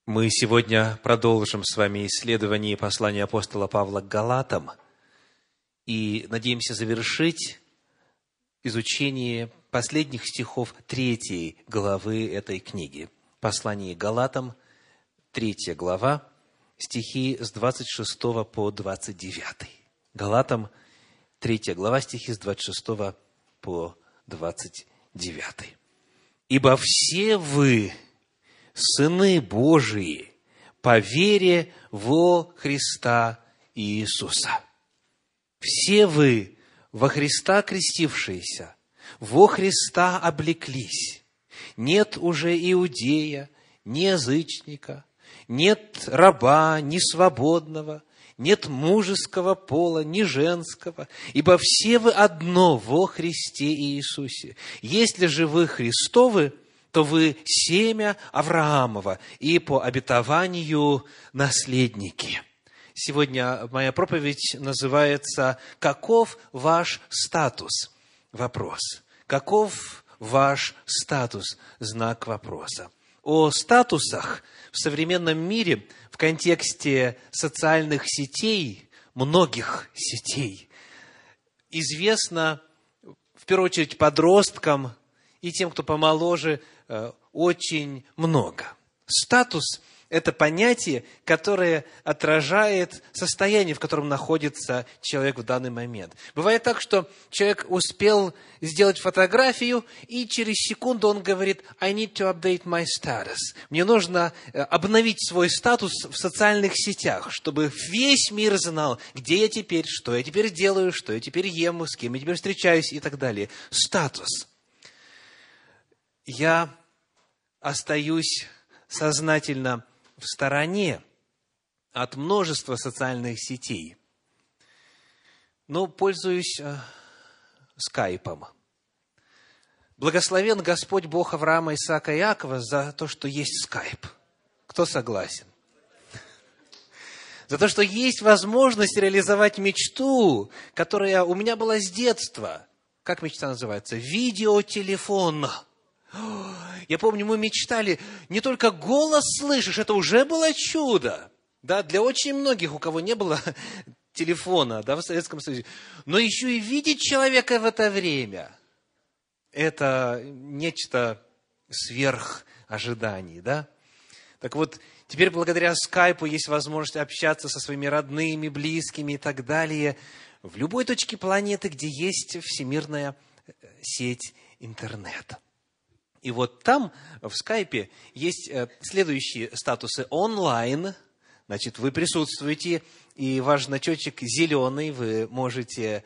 Мы сегодня продолжим с вами исследование послания апостола Павла к Галатам и надеемся завершить изучение последних стихов 3 главы этой книги. Послание к Галатам, 3 глава, стихи с 26 по 29. Галатам, 3 глава, стихи с 26 по 29. «Ибо все вы, сыны Божии, по вере во Христа Иисуса. Все вы, во Христа крестившиеся, во Христа облеклись. Нет уже иудея, ни язычника, нет раба, ни свободного, нет мужеского пола, ни женского, ибо все вы одно во Христе Иисусе. Если же вы Христовы, то вы семя Авраамова и по обетованию наследники». Сегодня моя проповедь называется «Каков ваш статус?» Вопрос. Каков ваш статус? Знак вопроса. О статусах в современном мире в контексте социальных сетей, многих сетей, известно в первую очередь подросткам и тем, кто помоложе, очень много. Статус – это понятие, которое отражает состояние, в котором находится человек в данный момент. Бывает так, что человек успел сделать фотографию, и через секунду он говорит: «I need to update my status». Мне нужно обновить свой статус в социальных сетях, чтобы весь мир знал, где я теперь, что я теперь делаю, что я теперь ем, с кем я теперь встречаюсь и так далее. Статус. Я остаюсь сознательно в стороне от множества социальных сетей, но пользуюсь скайпом. Благословен Господь Бог Авраама, Исаака и Иакова за то, что есть скайп. Кто согласен? За то, что есть возможность реализовать мечту, которая у меня была с детства. Как мечта называется? Видеотелефон. Я помню, мы мечтали, не только голос слышишь, это уже было чудо. Да, для очень многих, у кого не было телефона, да, в Советском Союзе, но еще и видеть человека в это время. Это нечто сверх ожиданий, да? Так вот, теперь благодаря скайпу есть возможность общаться со своими родными, близкими и так далее в любой точке планеты, где есть всемирная сеть интернет. И вот там, в скайпе, есть следующие статусы. Онлайн, значит, вы присутствуете, и ваш значочек зеленый, вы можете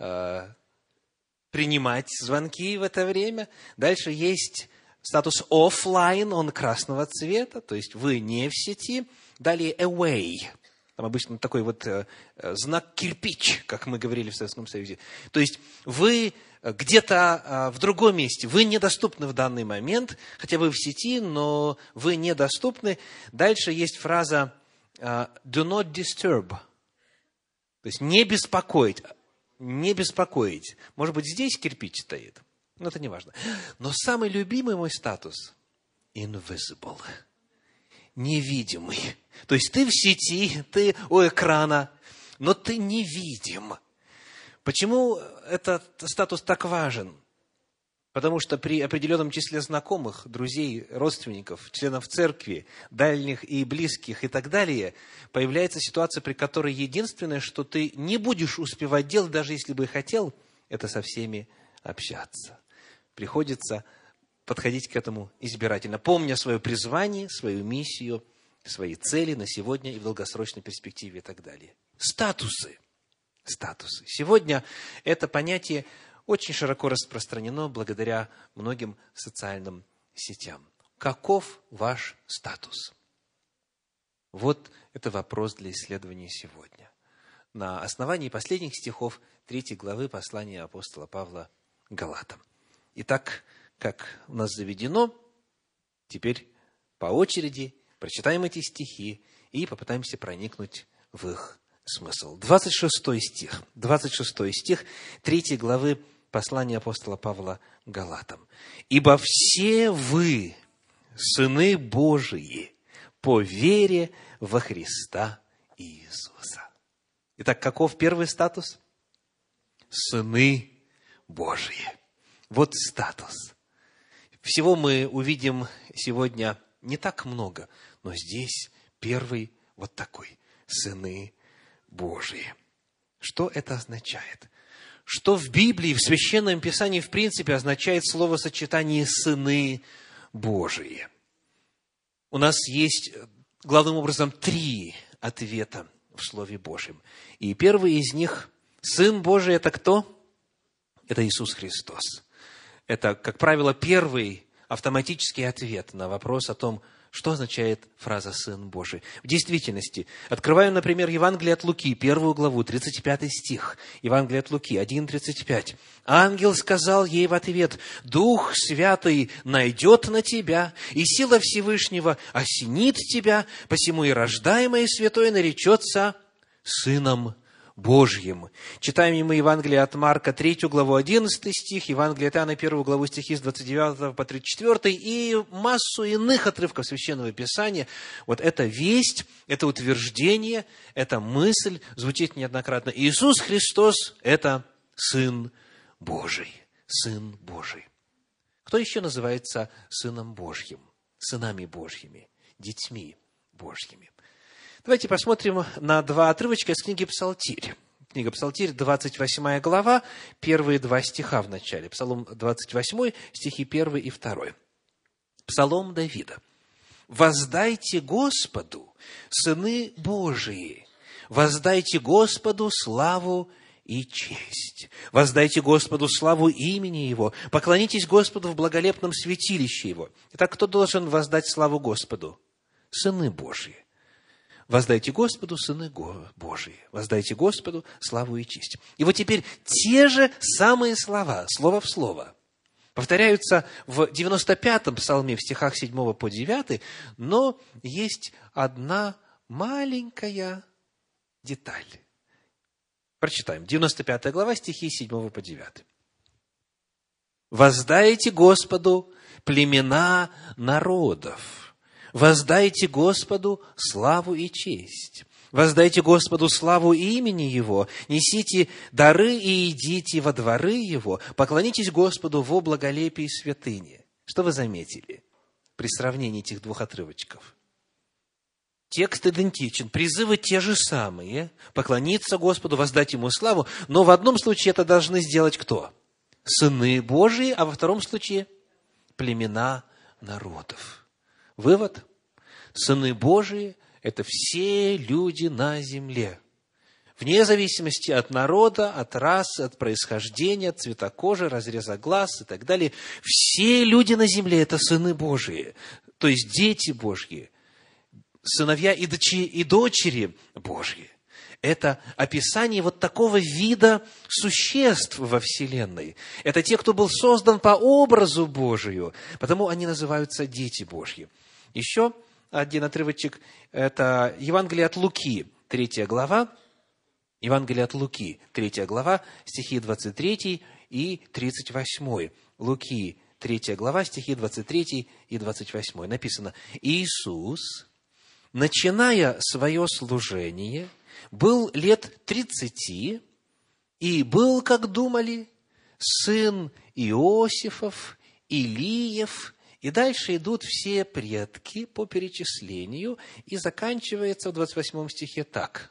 принимать звонки в это время. Дальше есть статус офлайн, он красного цвета, то есть вы не в сети. Далее away, там обычно такой вот знак кирпич, как мы говорили в Советском Союзе. То есть вы где-то в другом месте, вы недоступны в данный момент, хотя вы в сети, но вы недоступны. Дальше есть фраза do not disturb, то есть не беспокоить, не беспокоить. Может быть, здесь кирпич стоит, но это не важно. Но самый любимый мой статус invisible, невидимый. То есть ты в сети, ты у экрана, но ты невидим. Почему этот статус так важен? Потому что при определенном числе знакомых, друзей, родственников, членов церкви, дальних и близких и так далее, появляется ситуация, при которой единственное, что ты не будешь успевать делать, даже если бы и хотел, это со всеми общаться. Приходится подходить к этому избирательно, помня свое призвание, свою миссию, свои цели на сегодня и в долгосрочной перспективе и так далее. Статусы. Сегодня это понятие очень широко распространено благодаря многим социальным сетям. Каков ваш статус? Вот это вопрос для исследования сегодня. На основании последних стихов 3 главы послания апостола Павла к Галатам. Итак, как у нас заведено, теперь по очереди прочитаем эти стихи и попытаемся проникнуть в их смысл. 26 стих 3 главы послания апостола Павла к Галатам. «Ибо все вы, сыны Божии, по вере во Христа Иисуса. Итак, каков первый статус? Сыны Божьи. Вот статус. Всего мы увидим сегодня не так много, но здесь первый вот такой. Сыны Божьи. Что это означает? Что в Библии, в Священном Писании, в принципе, означает словосочетание «сыны Божии»? У нас есть, главным образом, 3 ответа в Слове Божьем. И первый из них – Сын Божий – это кто? Это Иисус Христос. Это, как правило, первый автоматический ответ на вопрос о том, что означает фраза «Сын Божий». В действительности, открываем, например, Евангелие от Луки, 1 главу, 35 стих. Евангелие от Луки, 1:35. «Ангел сказал ей в ответ: Дух Святый найдет на тебя, и сила Всевышнего осенит тебя, посему и рождаемое святое наречется Сыном Божьим». Читаем мы Евангелие от Марка, 3 главу, 11 стих, Евангелие от Иоанна, 1 главу, стихи с 29 по 34, и массу иных отрывков Священного Писания. Вот эта весть, это утверждение, эта мысль звучит неоднократно. Иисус Христос – это Сын Божий. Сын Божий. Кто еще называется Сыном Божьим? Сынами Божьими, детьми Божьими. Давайте посмотрим на 2 отрывочка из книги «Псалтирь». Книга «Псалтирь», 28 глава, первые 2 стиха в начале. Псалом 28, стихи 1 и 2. Псалом Давида. «Воздайте Господу, сыны Божии, воздайте Господу славу и честь. Воздайте Господу славу имени Его, поклонитесь Господу в благолепном святилище Его». Итак, кто должен воздать славу Господу? Сыны Божии. Воздайте Господу, сыны Божии. Воздайте Господу славу и честь. И вот теперь те же самые слова, слово в слово, повторяются в 95-м псалме в стихах 7 по 9, но есть одна маленькая деталь. Прочитаем. 95 глава, стихи 7 по 9. «Воздайте Господу племена народов, воздайте Господу славу и честь. Воздайте Господу славу имени Его, несите дары и идите во дворы Его, поклонитесь Господу во благолепии святыни». Что вы заметили при сравнении этих 2 отрывочков? Текст идентичен, призывы те же самые, поклониться Господу, воздать Ему славу, но в одном случае это должны сделать кто? Сыны Божии, а во втором случае племена народов. Вывод. Сыны Божии – это все люди на земле. Вне зависимости от народа, от расы, от происхождения, от цвета кожи, разреза глаз и так далее. Все люди на земле – это сыны Божии, то есть дети Божьи, сыновья и дочери Божьи. Это описание вот такого вида существ во Вселенной. Это те, кто был создан по образу Божию, потому они называются дети Божьи. Еще один отрывочек – это Евангелие от Луки, 3 глава. Евангелие от Луки, 3 глава, стихи 23 и 38. Луки, 3 глава, стихи 23 и 28. Написано: «Иисус, начиная свое служение, был лет 30, и был, как думали, сын Иосифов, Илиев». И дальше идут все предки по перечислению, и заканчивается в 28 стихе так.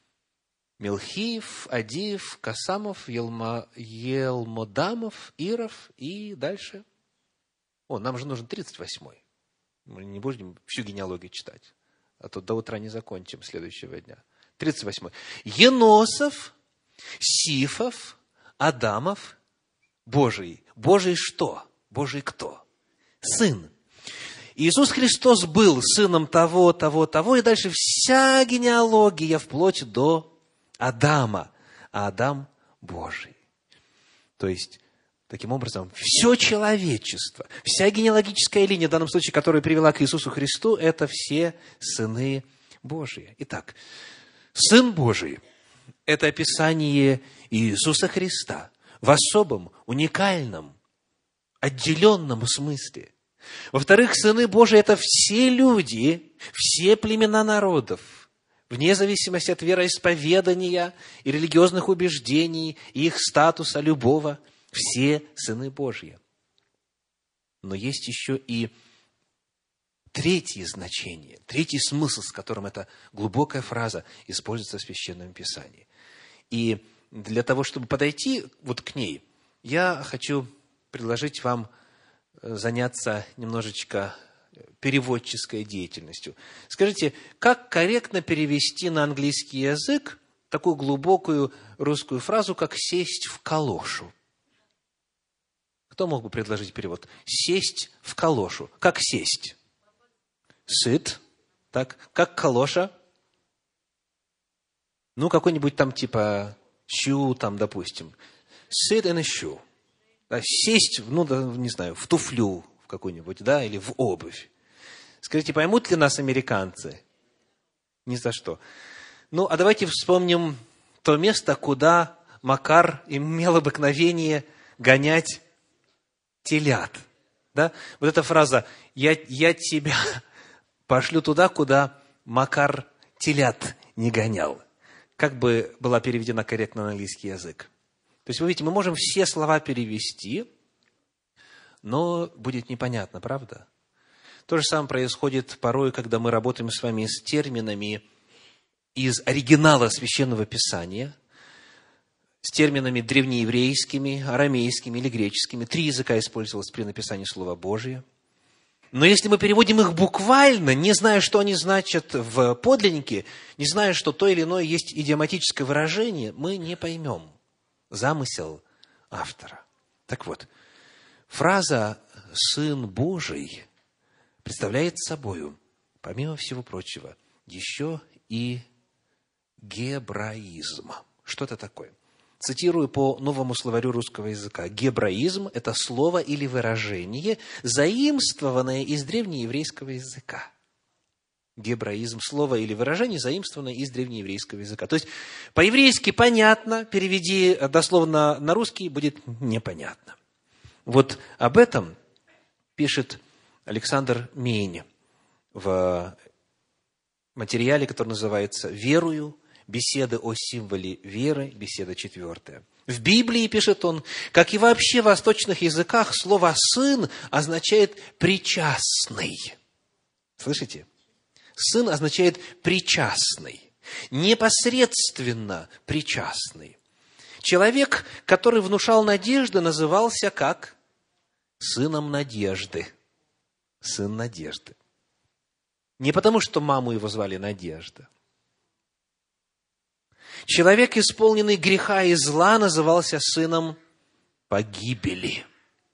Мелхиев, Адиев, Касамов, Елмодамов, Иров и дальше. Нам же нужен 38-й. Мы не будем всю генеалогию читать, а то до утра не закончим следующего дня. 38-й. Еносов, Сифов, Адамов, Божий. Божий что? Божий кто? Сын. Иисус Христос был сыном того, и дальше вся генеалогия вплоть до Адама, а Адам Божий. То есть, таким образом, все человечество, вся генеалогическая линия, в данном случае, которая привела к Иисусу Христу, это все сыны Божии. Итак, Сын Божий – это описание Иисуса Христа в особом, уникальном, отделенном смысле. Во-вторых, сыны Божии – это все люди, все племена народов, вне зависимости от вероисповедания и религиозных убеждений, и их статуса любого, все сыны Божьи. Но есть еще и третье значение, третий смысл, с которым эта глубокая фраза используется в Священном Писании. И для того, чтобы подойти вот к ней, я хочу предложить вам заняться немножечко переводческой деятельностью. Скажите, как корректно перевести на английский язык такую глубокую русскую фразу, как «сесть в калошу»? Кто мог бы предложить перевод? «Сесть в калошу». Как сесть? Sit. Так. Как калоша? Ну, какой-нибудь там типа shoe, там, допустим. Sit in a shoe. Да, сесть, ну, да, не знаю, в туфлю в какую-нибудь, да, или в обувь. Скажите, поймут ли нас американцы? Ни за что. Ну, а давайте вспомним то место, куда Макар имел обыкновение гонять телят. Да? Вот эта фраза «я тебя пошлю туда, куда Макар телят не гонял». Как бы была переведена корректно на английский язык? То есть, вы видите, мы можем все слова перевести, но будет непонятно, правда? То же самое происходит порой, когда мы работаем с вами с терминами из оригинала Священного Писания, с терминами древнееврейскими, арамейскими или греческими. 3 языка использовалось при написании Слова Божия. Но если мы переводим их буквально, не зная, что они значат в подлиннике, не зная, что то или иное есть идиоматическое выражение, мы не поймем замысел автора. Так вот, фраза «Сын Божий» представляет собою, помимо всего прочего, еще и гебраизм. Что это такое? Цитирую по новому словарю русского языка. Гебраизм – это слово или выражение, заимствованное из древнееврейского языка. Гебраизм – слово или выражение, заимствованное из древнееврейского языка. То есть, по-еврейски понятно, переведи дословно на русский, будет непонятно. Вот об этом пишет Александр Мень в материале, который называется «Верую. Беседы о символе веры», беседа 4. В Библии, пишет он, как и вообще в восточных языках, слово «сын» означает «причастный». Слышите? Сын означает «причастный», непосредственно причастный. Человек, который внушал надежды, назывался как сыном надежды. Сын надежды. Не потому, что маму его звали Надежда. Человек, исполненный греха и зла, назывался сыном погибели.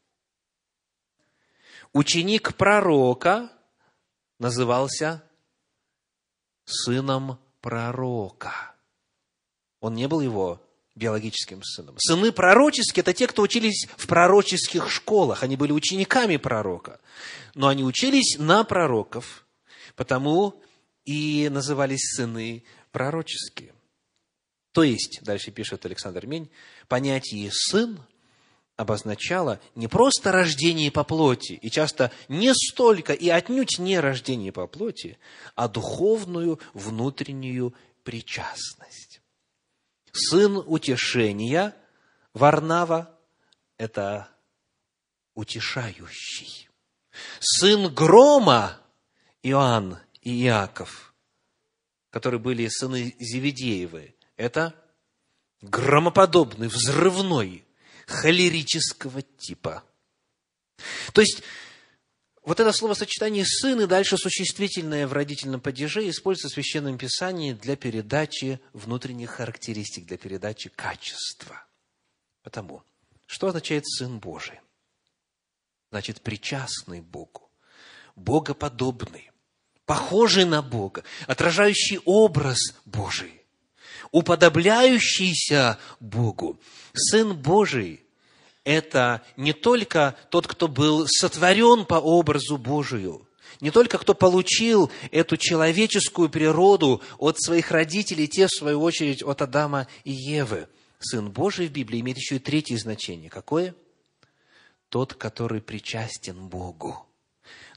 Ученик пророка назывался сыном пророка. Он не был его биологическим сыном. Сыны пророческие – это те, кто учились в пророческих школах. Они были учениками пророка. Но они учились на пророков, потому и назывались сыны пророческие. То есть, дальше пишет Александр Мень, понятие «сын» обозначало не просто рождение по плоти, и часто не столько и отнюдь не рождение по плоти, а духовную внутреннюю причастность. Сын утешения, Варнава, это утешающий. Сын грома, Иоанн и Иаков, которые были сыны Зеведеевы, это громоподобный, взрывной, холерического типа. То есть, вот это словосочетание «сын» и дальше существительное в родительном падеже используется в Священном Писании для передачи внутренних характеристик, для передачи качества. Потому, что означает «сын Божий»? Значит, причастный Богу, богоподобный, похожий на Бога, отражающий образ Божий, уподобляющийся Богу. Сын Божий – это не только тот, кто был сотворен по образу Божию, не только кто получил эту человеческую природу от своих родителей, те, в свою очередь, от Адама и Евы. Сын Божий в Библии имеет еще и третье значение. Какое? Тот, который причастен Богу.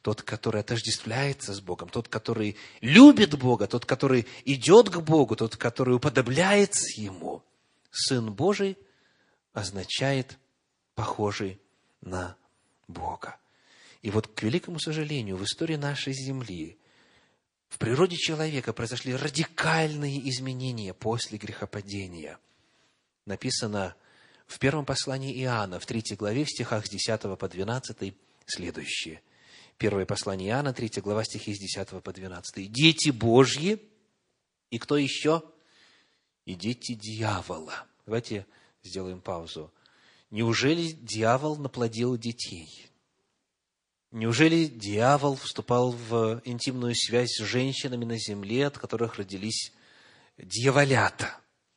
тот, который отождествляется с Богом, тот, который любит Бога, тот, который идет к Богу, тот, который уподобляется Ему. Сын Божий означает похожий на Бога. И вот, к великому сожалению, в истории нашей земли, в природе человека произошли радикальные изменения после грехопадения. Написано в первом послании Иоанна, в 3 главе, в стихах с 10 по 12, следующее. Первое послание Иоанна, 3 глава, стихи с 10 по 12. «Дети Божьи». И кто еще? «И дети дьявола». Давайте сделаем паузу. Неужели дьявол наплодил детей? Неужели дьявол вступал в интимную связь с женщинами на земле, от которых родились дьяволята?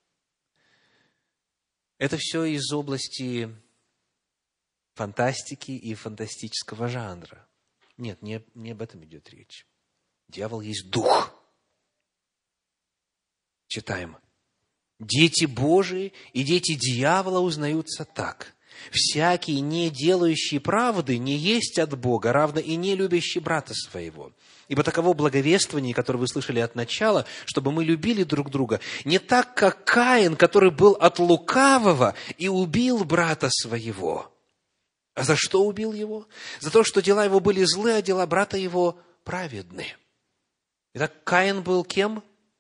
Это все из области фантастики и фантастического жанра. Нет, не об этом идет речь. Дьявол есть дух. Читаем. «Дети Божии и дети дьявола узнаются так. Всякий, не делающий правды, не есть от Бога, равно и не любящий брата своего. Ибо таково благовествование, которое вы слышали от начала, чтобы мы любили друг друга, не так, как Каин, который был от лукавого и убил брата своего». А за что убил его? За то, что дела его были злы, а дела брата его праведны. Итак, Каин был кем?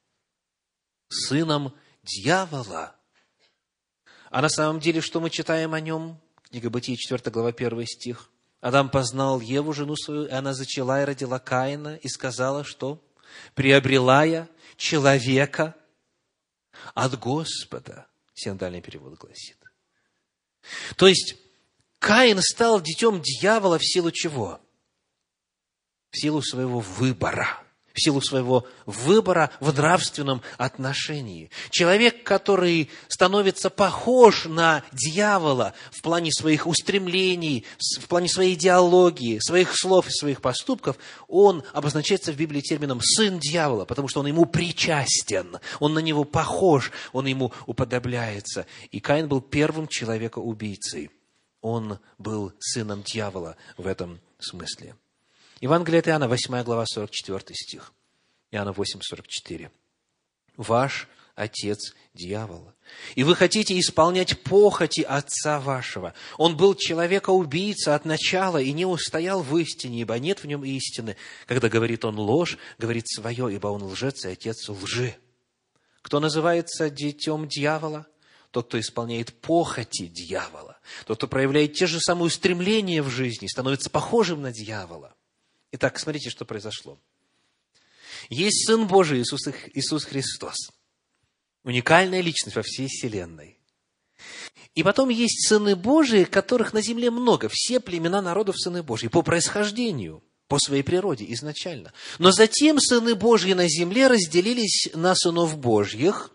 Сыном дьявола. А на самом деле, что мы читаем о нем? Книга Бытия, 4 глава, 1 стих. «Адам познал Еву, жену свою, и она зачала и родила Каина, и сказала, что? Приобрела я человека от Господа». Синодальный перевод гласит. То есть, Каин стал детем дьявола в силу чего? В силу своего выбора. В силу своего выбора в нравственном отношении. Человек, который становится похож на дьявола в плане своих устремлений, в плане своей идеологии, своих слов и своих поступков, он обозначается в Библии термином «сын дьявола», потому что он ему причастен, он на него похож, он ему уподобляется. И Каин был первым человекоубийцей. Он был сыном дьявола в этом смысле. Евангелие от Иоанна, 8 глава, 44 стих. Иоанна 8, 44. «Ваш отец дьявол, и вы хотите исполнять похоти отца вашего. Он был человека-убийца от начала и не устоял в истине, ибо нет в нем истины. Когда говорит он ложь, говорит свое, ибо он лжец и отец лжи». Кто называется детем дьявола? Тот, кто исполняет похоти дьявола. Тот, кто проявляет те же самые устремления в жизни, становится похожим на дьявола. Итак, смотрите, что произошло. Есть Сын Божий, Иисус Христос. Уникальная личность во всей вселенной. И потом есть сыны Божии, которых на земле много. Все племена народов сыны Божьи. По происхождению, по своей природе изначально. Но затем сыны Божьи на земле разделились на сынов Божьих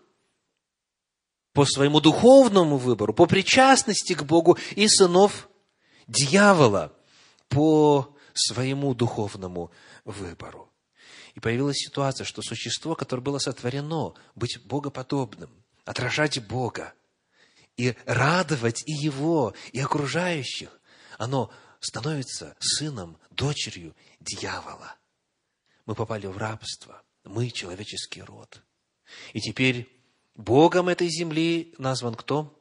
по своему духовному выбору, по причастности к Богу, и сынов дьявола по своему духовному выбору. И появилась ситуация, что существо, которое было сотворено быть богоподобным, отражать Бога и радовать и его, и окружающих, оно становится сыном, дочерью дьявола. Мы попали в рабство, мы человеческий род. И теперь Богом этой земли назван кто?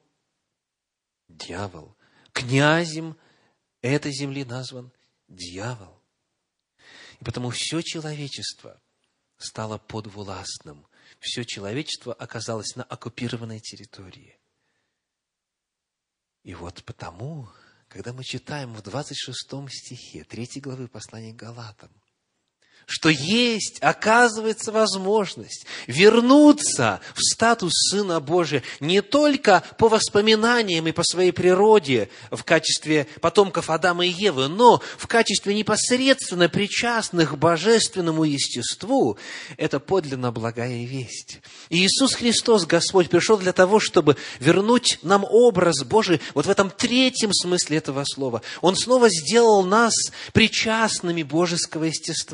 Дьявол. Князем этой земли назван дьявол. И потому все человечество стало подвластным. Все человечество оказалось на оккупированной территории. И вот потому, когда мы читаем в 26 стихе 3 главы послания к Галатам, что есть, оказывается, возможность вернуться в статус Сына Божия не только по воспоминаниям и по своей природе в качестве потомков Адама и Евы, но в качестве непосредственно причастных к божественному естеству. Это подлинно благая весть. И Иисус Христос, Господь, пришел для того, чтобы вернуть нам образ Божий вот в этом третьем смысле этого слова. Он снова сделал нас причастными божеского естества. Он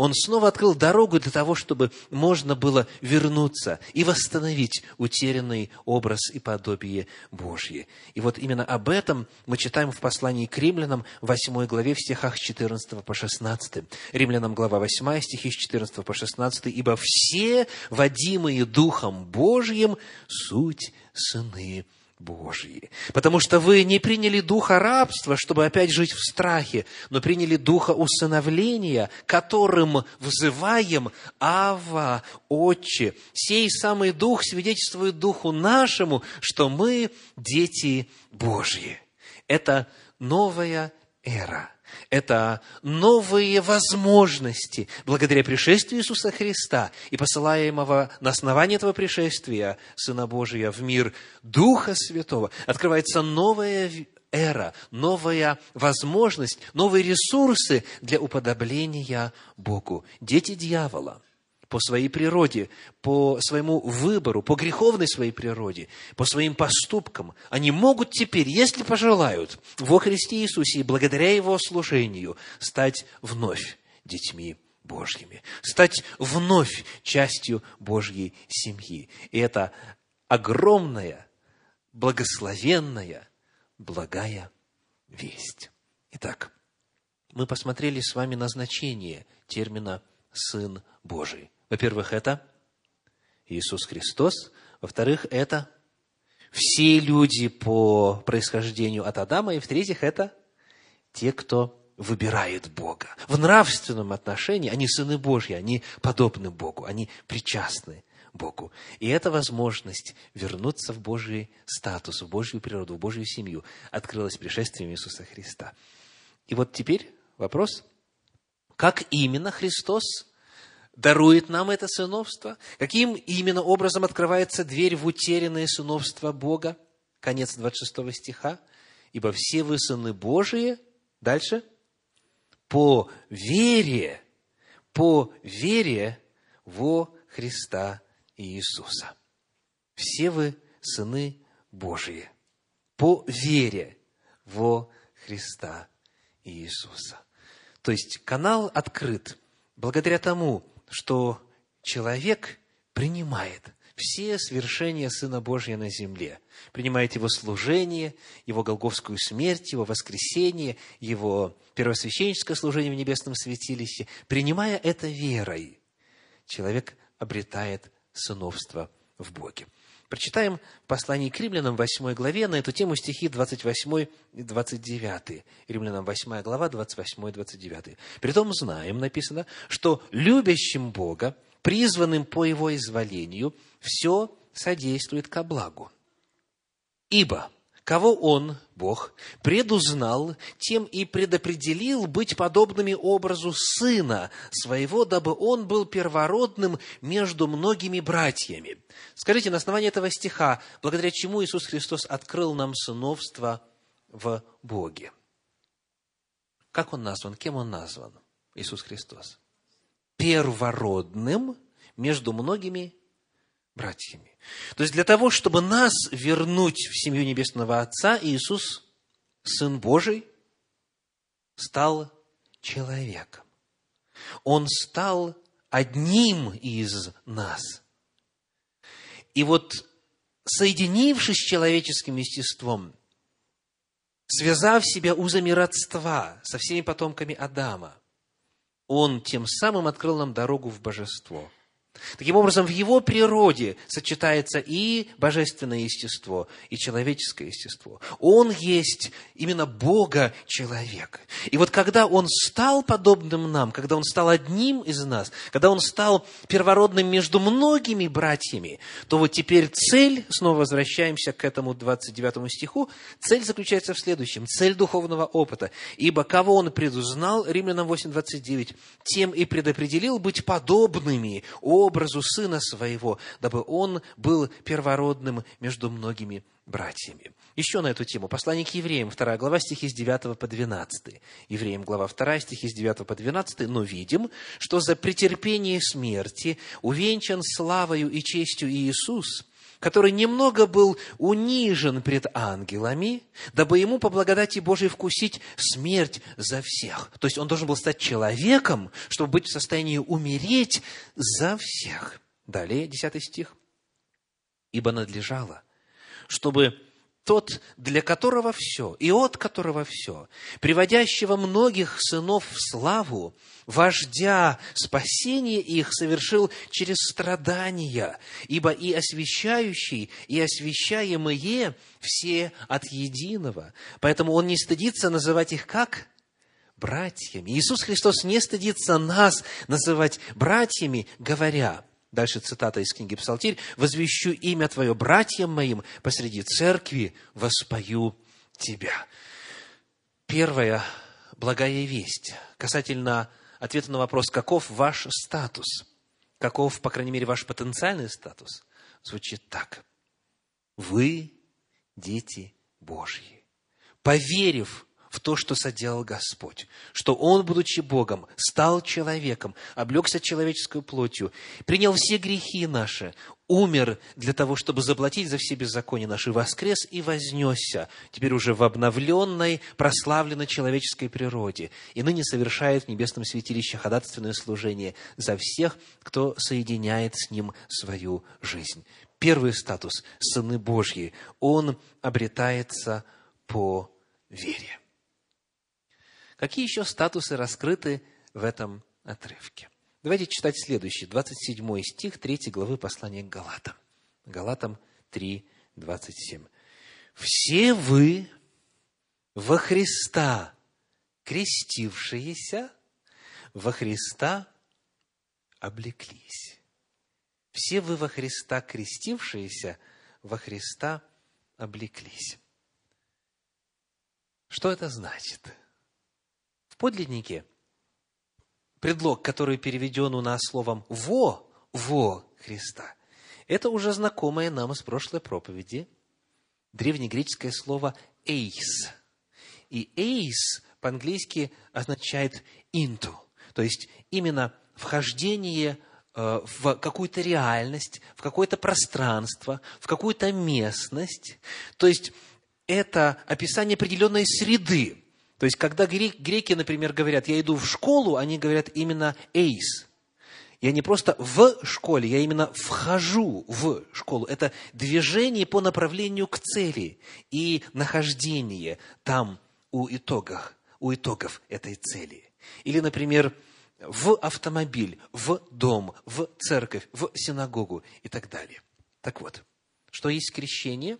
Он снова открыл дорогу для того, чтобы можно было вернуться и восстановить утерянный образ и подобие Божье. И вот именно об этом мы читаем в послании к Римлянам, 8 главе, в стихах 14 по 16. Римлянам, глава 8, стихи с 14 по 16. «Ибо все, водимые Духом Божьим, суть сыны Божьи. Потому что вы не приняли духа рабства, чтобы опять жить в страхе, но приняли духа усыновления, которым взываем: Авва, Отче. Сей самый Дух свидетельствует Духу нашему, что мы дети Божьи». Это новая эра. Это новые возможности благодаря пришествию Иисуса Христа и посылаемого на основании этого пришествия Сына Божия в мир Духа Святого. Открывается новая эра, новая возможность, новые ресурсы для уподобления Богу. Дети дьявола по своей природе, по своему выбору, по греховной своей природе, по своим поступкам, они могут теперь, если пожелают, во Христе Иисусе и благодаря Его служению стать вновь детьми Божьими, стать вновь частью Божьей семьи. И это огромная, благословенная, благая весть. Итак, мы посмотрели с вами на значение термина «Сын Божий». Во-первых, это Иисус Христос. Во-вторых, это все люди по происхождению от Адама. И в-третьих, это те, кто выбирает Бога. В нравственном отношении они сыны Божьи, они подобны Богу, они причастны Богу. И эта возможность вернуться в Божий статус, в Божью природу, в Божью семью открылась пришествием Иисуса Христа. И вот теперь вопрос, как именно Христос дарует нам это сыновство? Каким именно образом открывается дверь в утерянное сыновство Бога? Конец 26 стиха. «Ибо все вы сыны Божии». Дальше. «По вере во Христа Иисуса». Все вы сыны Божии. По вере во Христа Иисуса. То есть канал открыт благодаря тому, что человек принимает все свершения Сына Божия на земле, принимает Его служение, Его голгофскую смерть, Его воскресение, Его первосвященническое служение в небесном святилище. Принимая это верой, человек обретает сыновство в Боге. Прочитаем в послании к Римлянам, 8 главе, на эту тему стихи 28 и 29. Римлянам 8 глава, 28 и 29. «Притом знаем», написано, «что любящим Бога, призванным по Его изволению, все содействует ко благу. Ибо кого Он, Бог, предузнал, тем и предопределил быть подобными образу Сына Своего, дабы Он был первородным между многими братьями». Скажите, на основании этого стиха, благодаря чему Иисус Христос открыл нам сыновство в Боге? Как Он назван? Кем Он назван? Иисус Христос. Первородным между многими братьями. То есть, для того, чтобы нас вернуть в семью Небесного Отца, Иисус, Сын Божий, стал человеком. Он стал одним из нас. И вот, соединившись с человеческим естеством, связав себя узами родства со всеми потомками Адама, Он тем самым открыл нам дорогу в божество. Таким образом, в Его природе сочетается и божественное естество, и человеческое естество. Он есть именно Бога-человек. И вот когда Он стал подобным нам, когда Он стал одним из нас, когда Он стал первородным между многими братьями, то вот теперь цель, снова возвращаемся к этому 29 стиху, цель заключается в следующем, цель духовного опыта. «Ибо кого Он предузнал», Римлянам 8:29, «тем и предопределил быть подобными образу Сына Своего, дабы Он был первородным между многими братьями». Еще на эту тему. Послание к Евреям, 2 глава, стихи с 9 по 12. Евреям, глава 2, стихи с 9 по 12. «Но видим, что за претерпение смерти увенчан славою и честью Иисус, который немного был унижен пред ангелами, дабы ему по благодати Божией вкусить смерть за всех. То есть он должен был стать человеком, чтобы быть в состоянии умереть за всех. Далее, 10 стих. «Ибо надлежало, чтобы тот, для которого все, и от которого все, приводящего многих сынов в славу, вождя спасение их совершил через страдания, ибо и освящающий, и освящаемые все от единого. Поэтому он не стыдится называть их как? Братьями. Иисус Христос не стыдится нас называть братьями, говоря». Дальше цитата из книги Псалтирь. «Возвещу имя Твое братьям моим, посреди церкви воспою Тебя». Первая благая весть касательно ответа на вопрос, каков ваш статус, каков, по крайней мере, ваш потенциальный статус, звучит так. Вы дети Божьи, поверив в то, что соделал Господь, что Он, будучи Богом, стал человеком, облегся человеческой плотью, принял все грехи наши, умер для того, чтобы заплатить за все беззакония наши, воскрес и вознесся, теперь уже в обновленной, прославленной человеческой природе, и ныне совершает в небесном святилище ходатайственное служение за всех, кто соединяет с Ним свою жизнь. Первый статус – сыны Божьи, он обретается по вере. Какие еще статусы раскрыты в этом отрывке? Давайте читать следующий, 27 стих 3 главы послания к Галатам. Галатам 3, 27. «Все вы во Христа крестившиеся, во Христа облеклись». Все вы во Христа крестившиеся, во Христа облеклись. Что это значит? В подлиннике предлог, который переведен у нас словом во Христа, это уже знакомое нам из прошлой проповеди древнегреческое слово «эйс». И «эйс» по-английски означает «into», то есть именно вхождение в какую-то реальность, в какое-то пространство, в какую-то местность. То есть это описание определенной среды. То есть, когда греки, например, говорят, я иду в школу, они говорят именно «эйс». Я не просто в школе, я именно вхожу в школу. Это движение по направлению к цели и нахождение там у итогов этой цели. Или, например, в автомобиль, в дом, в церковь, в синагогу и так далее. Так вот, что есть крещение?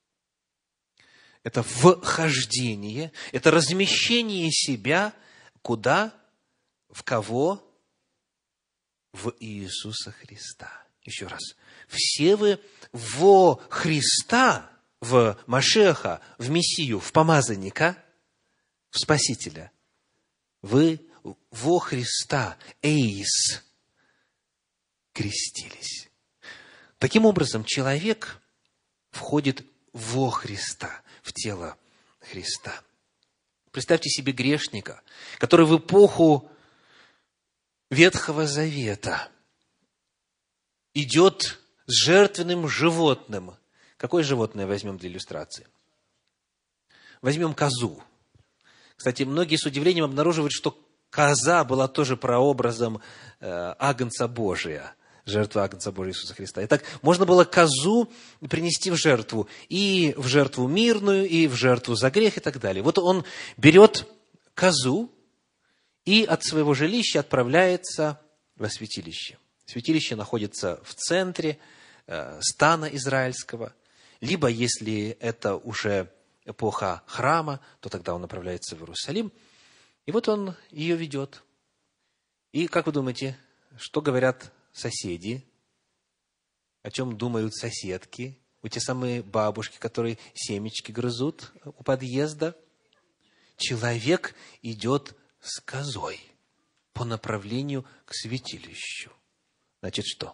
Это вхождение, это размещение себя куда? В кого? В Иисуса Христа. Еще раз. Все вы во Христа, в Машеха, в Мессию, в помазанника, в Спасителя. Вы во Христа, эйс, крестились. Таким образом, человек входит во Христа, в тело Христа. Представьте себе грешника, который в эпоху Ветхого Завета идет с жертвенным животным. Какое животное возьмем для иллюстрации? Возьмем козу. Кстати, многие с удивлением обнаруживают, что коза была тоже прообразом Агнца Божия, жертва Агнца Божия Иисуса Христа. Итак, можно было козу принести в жертву, и в жертву мирную, и в жертву за грех, и так далее. Вот он берет козу и от своего жилища отправляется во святилище. Святилище находится в центре стана израильского. Либо, если это уже эпоха храма, то тогда он направляется в Иерусалим. И вот он ее ведет. И, как вы думаете, что говорят соседи? О чем думают соседки? У те самые бабушки, которые семечки грызут у подъезда. Человек идет с козой по направлению к святилищу. Значит, что?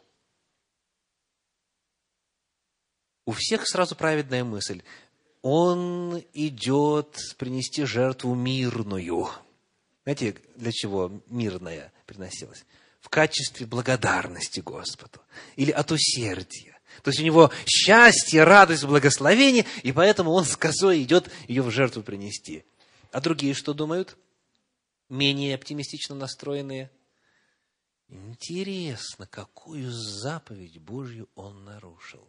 У всех сразу праведная мысль. Он идет принести жертву мирную. Знаете, для чего мирная приносилась? В качестве благодарности Господу. Или от усердия. То есть у него счастье, радость, благословение, и поэтому он с козой идет ее в жертву принести. А другие что думают? Менее оптимистично настроенные. Интересно, какую заповедь Божью он нарушил?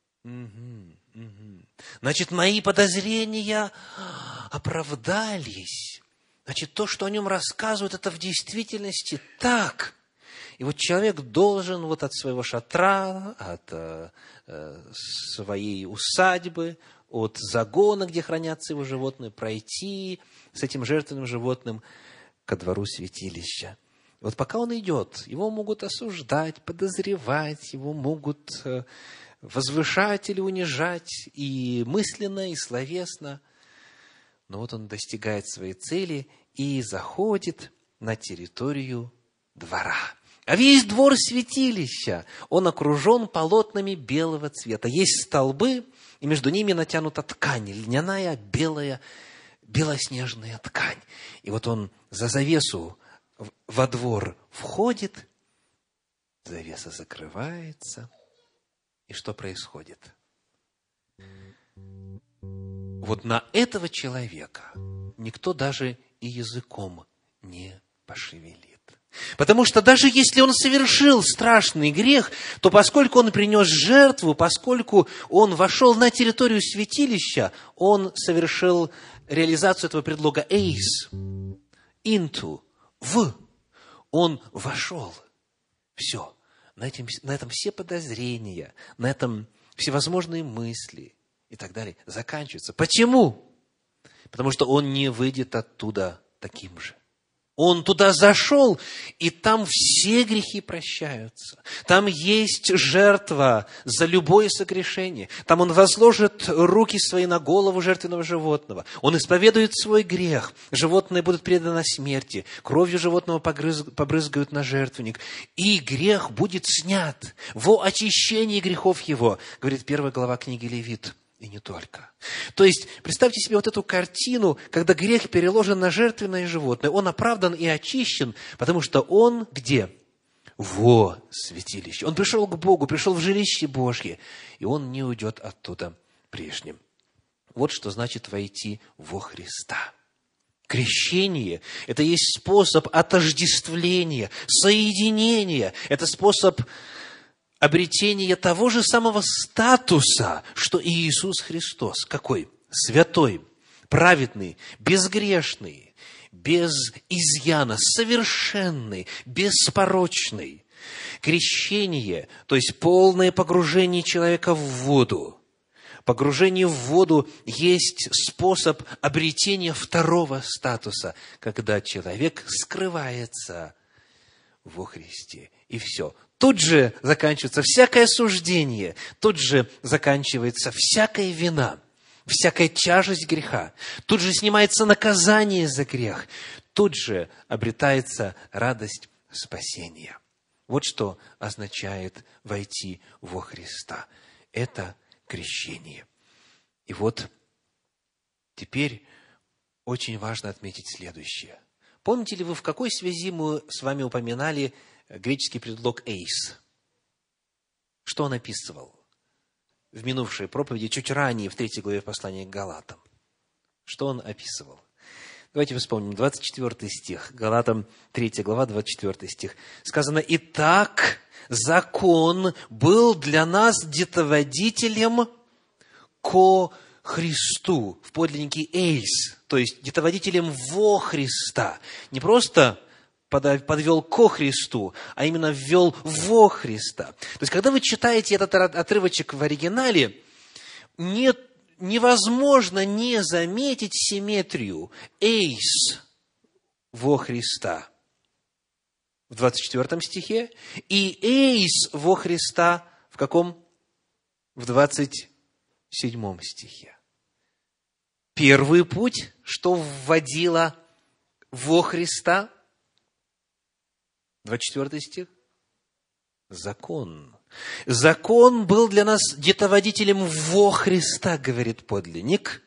Значит, мои подозрения оправдались. Значит, то, что о нем рассказывают, это в действительности так. И вот человек должен вот от своего шатра, от своей усадьбы, от загона, где хранятся его животные, пройти с этим жертвенным животным ко двору святилища. И вот пока он идет, его могут осуждать, подозревать, его могут возвышать или унижать и мысленно, и словесно. Но вот он достигает своей цели и заходит на территорию двора. А весь двор святилища, он окружен полотнами белого цвета. Есть столбы, и между ними натянута ткань, льняная, белая, белоснежная ткань. И вот он за завесу во двор входит, завеса закрывается. И что происходит? Вот на этого человека никто даже и языком не пошевелит. Потому что даже если он совершил страшный грех, то поскольку он принес жертву, поскольку он вошел на территорию святилища, он совершил реализацию этого предлога «эйс», «into», «в». Он вошел. Все. На этом все подозрения, на этом всевозможные мысли и так далее заканчиваются. Почему? Потому что он не выйдет оттуда таким же. Он туда зашел, и там все грехи прощаются. Там есть жертва за любое согрешение. Там он возложит руки свои на голову жертвенного животного. Он исповедует свой грех. Животные будут преданы смерти. Кровью животного побрызгают на жертвенник. И грех будет снят во очищении грехов его, говорит 1 глава книги Левит. И не только. То есть, представьте себе вот эту картину, когда грех переложен на жертвенное животное. Он оправдан и очищен, потому что он где? Во святилище. Он пришел к Богу, пришел в жилище Божье, и он не уйдет оттуда прежним. Вот что значит войти во Христа. Крещение – это есть способ отождествления, соединения. Это способ обретение того же самого статуса, что и Иисус Христос. Какой? Святой, праведный, безгрешный, без изъяна, совершенный, беспорочный. Крещение, то есть полное погружение человека в воду. Погружение в воду есть способ обретения второго статуса, когда человек скрывается во Христе. И все. Тут же заканчивается всякое суждение, тут же заканчивается всякая вина, всякая тяжесть греха. Тут же снимается наказание за грех. Тут же обретается радость спасения. Вот что означает войти во Христа. Это крещение. И вот теперь очень важно отметить следующее. Помните ли вы, в какой связи мы с вами упоминали греческий предлог «эйс»? Что он описывал в минувшей проповеди, чуть ранее, в 3 главе послания к Галатам? Что он описывал? Давайте вспомним, 24 стих, Галатам 3 глава, 24 стих. Сказано: «Итак, закон был для нас детоводителем ко Христу». В подлиннике «эйс», то есть детоводителем во Христа. Не просто подвел ко Христу, а именно ввел во Христа. То есть, когда вы читаете этот отрывочек в оригинале, невозможно не заметить симметрию «эйс» во Христа в 24 стихе и «эйс» во Христа в каком? В 27 стихе. Первый путь, что вводило во Христа, 24 стих, закон. Закон был для нас детоводителем во Христа, говорит подлинник.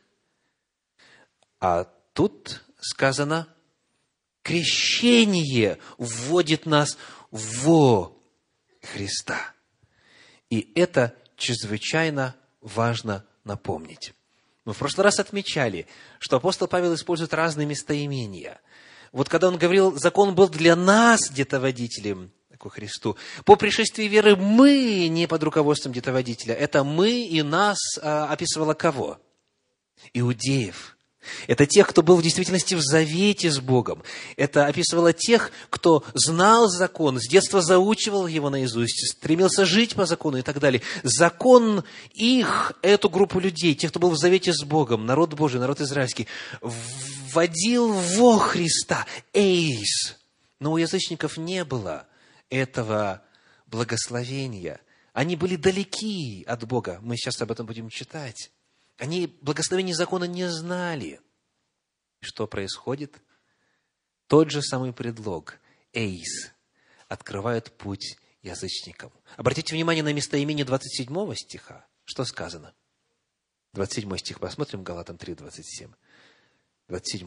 А тут сказано, крещение вводит нас во Христа. И это чрезвычайно важно напомнить. Мы в прошлый раз отмечали, что апостол Павел использует разные местоимения. Вот когда он говорил, закон был для нас детоводителем ко Христу, по пришествии веры мы не под руководством детоводителя. Это мы и нас описывало кого? Иудеев. Это тех, кто был в действительности в завете с Богом. Это описывало тех, кто знал закон, с детства заучивал его наизусть, стремился жить по закону и так далее. Закон их, эту группу людей, тех, кто был в завете с Богом, народ Божий, народ израильский, вводил во Христа, эйс. Но у язычников не было этого благословения. Они были далеки от Бога. Мы сейчас об этом будем читать. Они благословения закона не знали. Что происходит? Тот же самый предлог, эйс, открывает путь язычникам. Обратите внимание на местоимение 27 стиха. Что сказано? 27 стих. Посмотрим Галатам 3, 27. 27.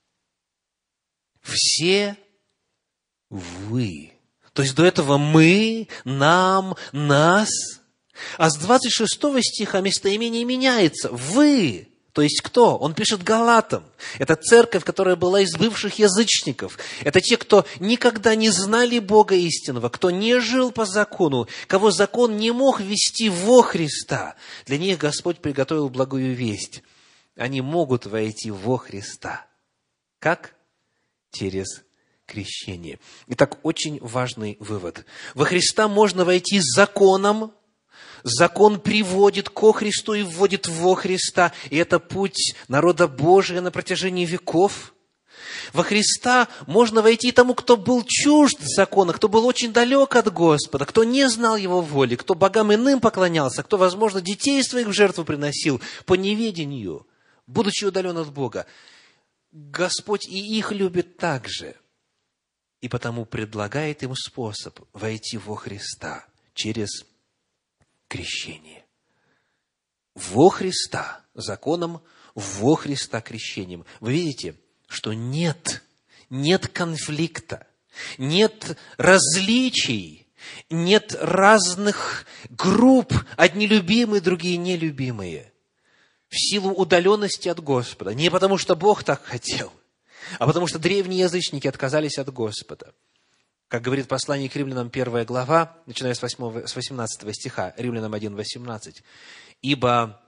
Все вы. То есть до этого мы, нам, нас. А с 26 стиха местоимение меняется. Вы. То есть кто? Он пишет Галатам. Это церковь, которая была из бывших язычников. Это те, кто никогда не знали Бога истинного, кто не жил по закону, кого закон не мог ввести во Христа. Для них Господь приготовил благую весть. Они могут войти во Христа. Как? Через крещение. Итак, очень важный вывод. Во Христа можно войти с законом. Закон приводит ко Христу и вводит во Христа. И это путь народа Божия на протяжении веков. Во Христа можно войти тому, кто был чужд закона, кто был очень далек от Господа, кто не знал Его воли, кто богам иным поклонялся, кто, возможно, детей своих в жертву приносил по неведению, будучи удален от Бога. Господь и их любит так же. И потому предлагает им способ войти во Христа через крещение. Во Христа законом, во Христа крещением. Вы видите, что нет конфликта, нет различий, нет разных групп, одни любимые, другие нелюбимые. В силу удаленности от Господа. Не потому, что Бог так хотел, а потому, что древние язычники отказались от Господа. Как говорит послание к Римлянам 1 глава, начиная с 18 стиха, Римлянам 1, 18. «Ибо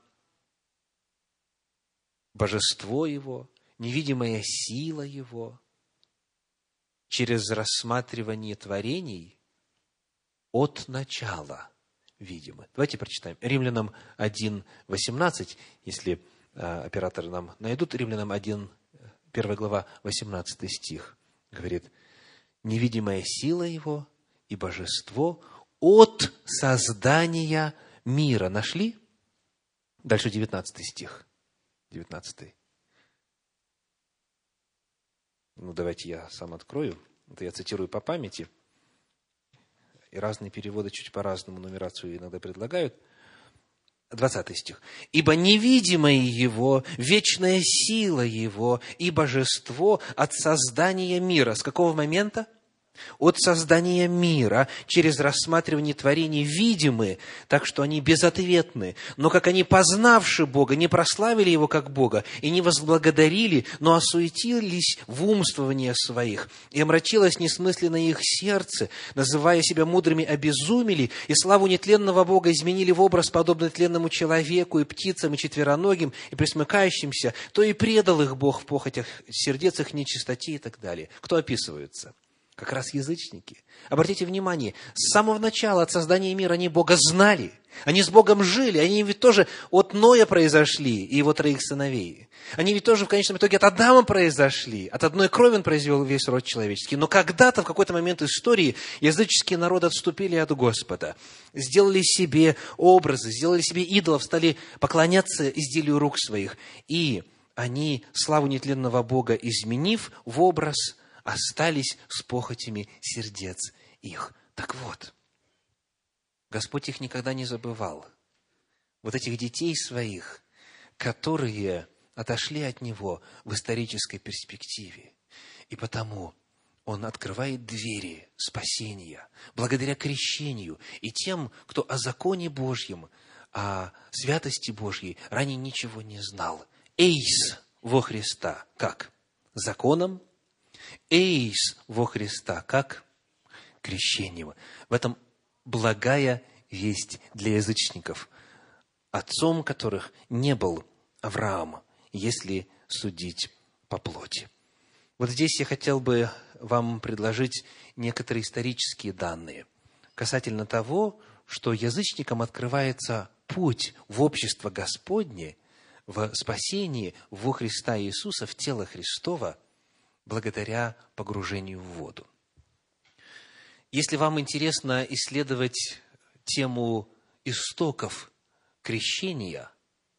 божество Его, невидимая сила Его, через рассматривание творений от начала видимы». Давайте прочитаем. Римлянам 1, 18, если операторы нам найдут, Римлянам 1, 1 глава, 18 стих, говорит: «Невидимая сила Его и божество от создания мира». Нашли? Дальше 19 стих. 19. Давайте я сам открою. Это я цитирую по памяти. И разные переводы чуть по-разному нумерацию иногда предлагают. 20 стих. «Ибо невидимое Его, вечная сила Его и божество от создания мира». С какого момента? От создания мира, через рассматривание творений видимы, так что они безответны. Но как они, познавши Бога, не прославили Его как Бога и не возблагодарили, но осуетились в умствовании своих, и омрачилось несмысленное их сердце, называя себя мудрыми, обезумели, и славу нетленного Бога изменили в образ, подобный тленному человеку, и птицам, и четвероногим, и пресмыкающимся, то и предал их Бог в похотях сердец их нечистоте и так далее. Кто описывается? Как раз язычники. Обратите внимание, с самого начала, от создания мира, они Бога знали. Они с Богом жили. Они ведь тоже от Ноя произошли и его 3 сыновей. Они ведь тоже в конечном итоге от Адама произошли. От одной крови он произвел весь род человеческий. Но когда-то, в какой-то момент истории, языческие народы отступили от Господа. Сделали себе образы, сделали себе идолов, стали поклоняться изделию рук своих. И они, славу нетленного Бога изменив в образ, остались с похотями сердец их. Так вот, Господь их никогда не забывал. Вот этих детей своих, которые отошли от Него в исторической перспективе. И потому Он открывает двери спасения благодаря крещению и тем, кто о законе Божьем о святости Божьей ранее ничего не знал. Эйс во Христа как? Законом. Эйс во Христа как? Крещением. В этом благая весть для язычников, отцом которых не был Авраам, если судить по плоти. Вот здесь я хотел бы вам предложить некоторые исторические данные касательно того, что язычникам открывается путь в общество Господне, в спасении во Христа Иисуса, в тело Христово, благодаря погружению в воду. Если вам интересно исследовать тему истоков крещения,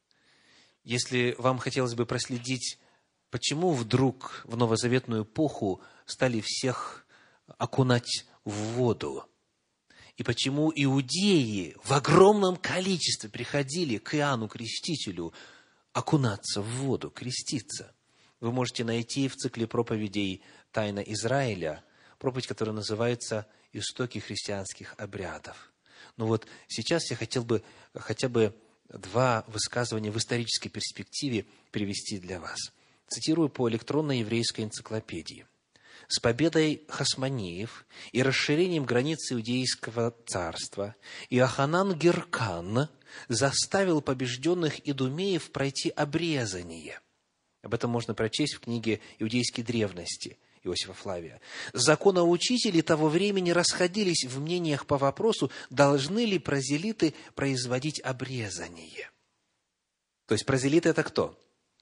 если вам хотелось бы проследить, почему вдруг в новозаветную эпоху стали всех окунать в воду, и почему иудеи в огромном количестве приходили к Иоанну Крестителю окунаться в воду, креститься, вы можете найти в цикле проповедей «Тайна Израиля» проповедь, которая называется «Истоки христианских обрядов». Но вот сейчас я хотел бы хотя бы два высказывания в исторической перспективе привести для вас. Цитирую по электронной еврейской энциклопедии. «С победой хасмонеев и расширением границ Иудейского царства Иоханан Геркан заставил побежденных идумеев пройти обрезание». Об этом можно прочесть в книге «Иудейские древности» Иосифа Флавия. «Законоучители того времени расходились в мнениях по вопросу, должны ли прозелиты производить обрезание». То есть прозелиты – это кто?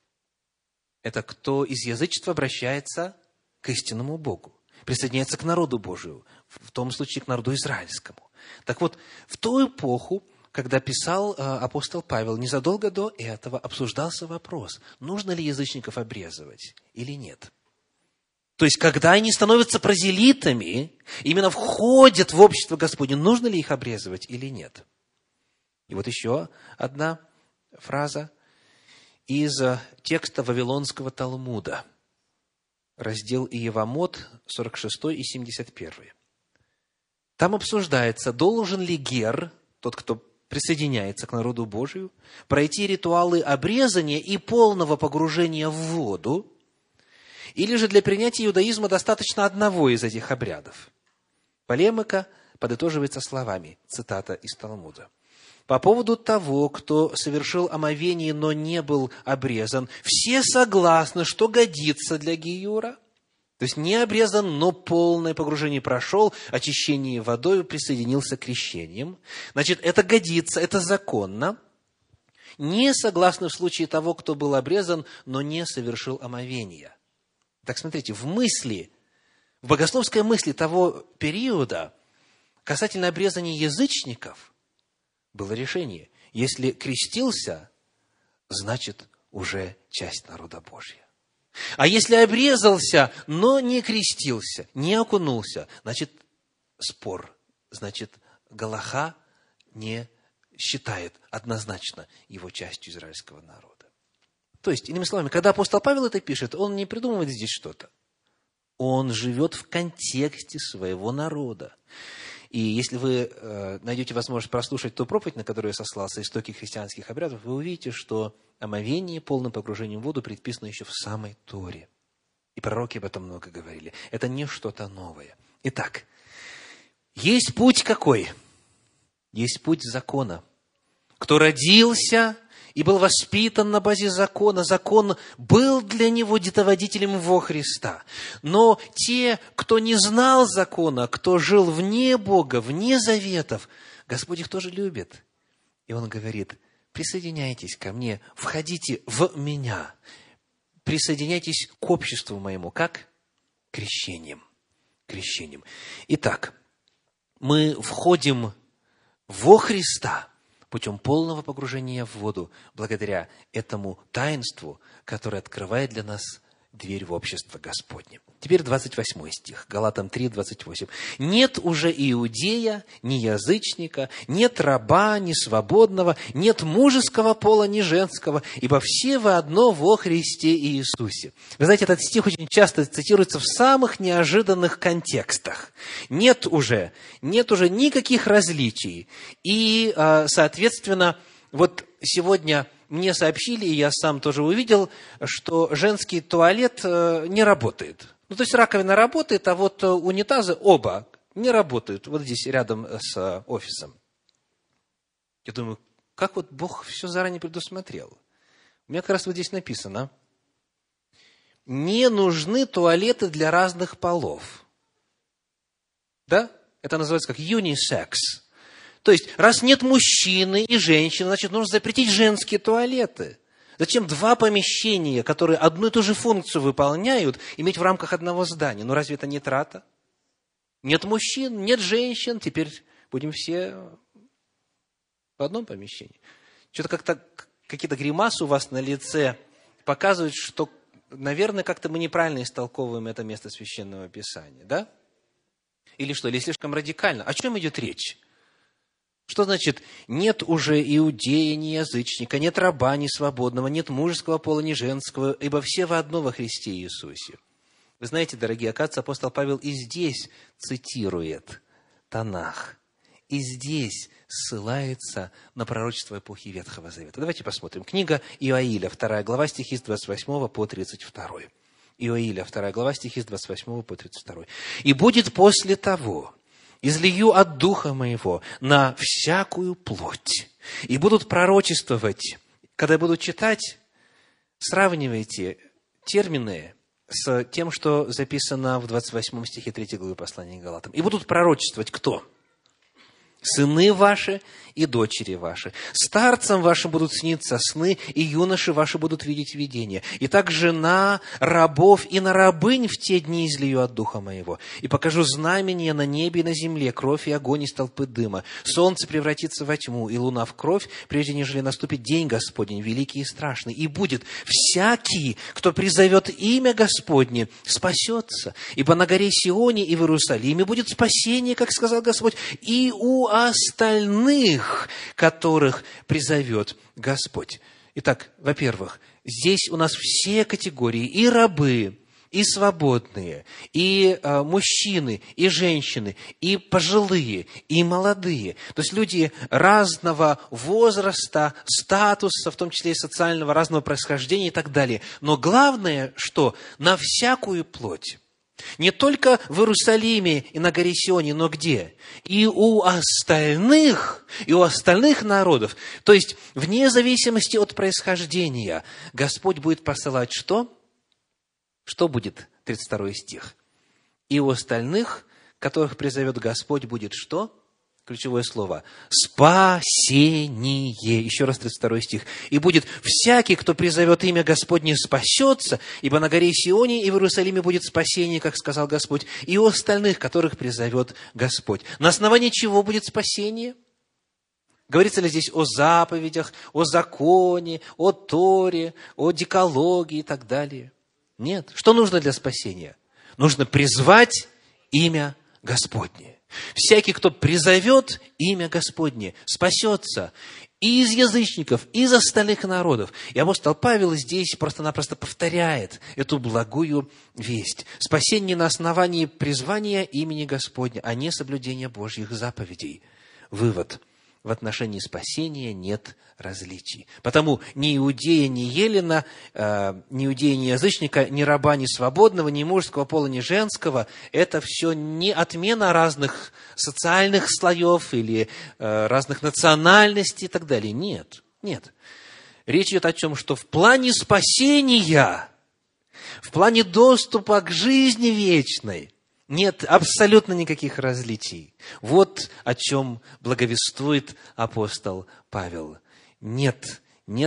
Это кто из язычества обращается к истинному Богу, присоединяется к народу Божию, в том случае к народу израильскому. Так вот, в ту эпоху, когда писал апостол Павел, незадолго до этого обсуждался вопрос, нужно ли язычников обрезывать или нет. То есть, когда они становятся прозелитами, именно входят в общество Господне, нужно ли их обрезывать или нет. И вот еще одна фраза из текста Вавилонского Талмуда. Раздел Иевамот, 46 и 71. Там обсуждается, должен ли гер, тот, кто присоединяется к народу Божию, пройти ритуалы обрезания и полного погружения в воду, или же для принятия иудаизма достаточно одного из этих обрядов. Полемика подытоживается словами, цитата из Талмуда. По поводу того, кто совершил омовение, но не был обрезан, все согласны, что годится для гиюра. То есть не обрезан, но полное погружение прошел, очищение водой, присоединился к крещениям. Значит, это годится, это законно. Не согласны в случае того, кто был обрезан, но не совершил омовения. Так смотрите, в богословской мысли того периода касательно обрезания язычников было решение. Если крестился, значит, уже часть народа Божия. А если обрезался, но не крестился, не окунулся, значит, спор, значит, галаха не считает однозначно его частью израильского народа. То есть, иными словами, когда апостол Павел это пишет, он не придумывает здесь что-то. Он живет в контексте своего народа. И если вы найдете возможность прослушать ту проповедь, на которую я сослался, «Истоки христианских обрядов», вы увидите, что омовение полным погружением в воду предписано еще в самой Торе. И пророки об этом много говорили. Это не что-то новое. Итак, есть путь какой? Есть путь закона. Кто родился и был воспитан на базе закона, закон был для него детоводителем во Христа. Но те, кто не знал закона, кто жил вне Бога, вне заветов, Господь их тоже любит. И Он говорит, присоединяйтесь ко мне, входите в меня, присоединяйтесь к обществу моему. Как? Крещением. Крещением. Итак, мы входим во Христа путем полного погружения в воду, благодаря этому таинству, которое открывает для нас дверь в общество Господне. Теперь 28 стих, Галатам 3, 28. «Нет уже иудея, ни язычника, нет раба, ни свободного, нет мужеского пола, ни женского, ибо все вы одно во Христе Иисусе». Вы знаете, этот стих очень часто цитируется в самых неожиданных контекстах. Нет уже никаких различий. И, соответственно, вот сегодня мне сообщили, и я сам тоже увидел, что женский туалет не работает. Ну, то есть раковина работает, а вот унитазы оба не работают. Вот здесь рядом с офисом. Я думаю, как вот Бог все заранее предусмотрел? У меня как раз вот здесь написано: не нужны туалеты для разных полов. Да? Это называется как юнисекс. То есть, раз нет мужчины и женщины, значит, нужно запретить женские туалеты. Зачем два помещения, которые одну и ту же функцию выполняют, иметь в рамках одного здания? Ну, разве это не трата? Нет мужчин, нет женщин, теперь будем все в одном помещении. Что-то как-то какие-то гримасы у вас на лице показывают, что, наверное, как-то мы неправильно истолковываем это место Священного Писания, да? Или что, или слишком радикально? О чем идет речь? Что значит, нет уже иудея, ни язычника, нет раба, ни свободного, нет мужеского пола, ни женского, ибо все во одно во Христе Иисусе. Вы знаете, дорогие, оказывается, апостол Павел и здесь цитирует Танах, и здесь ссылается на пророчество эпохи Ветхого Завета. Давайте посмотрим. Книга Иоиля, 2 глава, стихи с 28 по 32. Иоиля, 2 глава, стихи с 28 по 32. «И будет после того, излию от Духа Моего на всякую плоть, и будут пророчествовать». Когда я буду читать, сравнивайте термины с тем, что записано в 28 стихе 3 главы послания к Галатам. «И будут пророчествовать» кто? «Сыны ваши и дочери ваши. Старцам вашим будут сниться сны, и юноши ваши будут видеть видения. И также на рабов и на рабынь в те дни излию от Духа Моего. И покажу знамения на небе и на земле, кровь и огонь и столпы дыма. Солнце превратится во тьму, и луна в кровь, прежде нежели наступит день Господень, великий и страшный. И будет всякий, кто призовет имя Господне, спасется. Ибо на горе Сионе и в Иерусалиме будет спасение, как сказал Господь, и у остальных, которых призовет Господь». Итак, во-первых, здесь у нас все категории, и рабы, и свободные, и мужчины, и женщины, и пожилые, и молодые. То есть люди разного возраста, статуса, в том числе и социального, разного происхождения и так далее. Но главное, что на всякую плоть. Не только в Иерусалиме и на горе Сионе, но где? И у остальных народов. То есть, вне зависимости от происхождения, Господь будет посылать что? Что будет? 32 стих. И у остальных, которых призовет Господь, будет что? Ключевое слово. Спасение. Еще раз 32 стих. «И будет всякий, кто призовет имя Господне, спасется, ибо на горе Сионе и в Иерусалиме будет спасение, как сказал Господь, и у остальных, которых призовет Господь». На основании чего будет спасение? Говорится ли здесь о заповедях, о законе, о Торе, о декалоге и так далее? Нет. Что нужно для спасения? Нужно призвать имя Господне. Всякий, кто призовет имя Господне, спасется и из язычников, и из остальных народов. И апостол Павел здесь просто-напросто повторяет эту благую весть. Спасение на основании призвания имени Господня, а не соблюдения Божьих заповедей. Вывод. В отношении спасения нет различий. Потому ни иудея, ни елена, ни иудея, ни язычника, ни раба, ни свободного, ни мужского пола, ни женского – это все не отмена разных социальных слоев или разных национальностей и так далее. Нет, нет. Речь идет о чем? Что в плане спасения, в плане доступа к жизни вечной нет абсолютно никаких различий. Вот о чем благовествует апостол Павел. Нет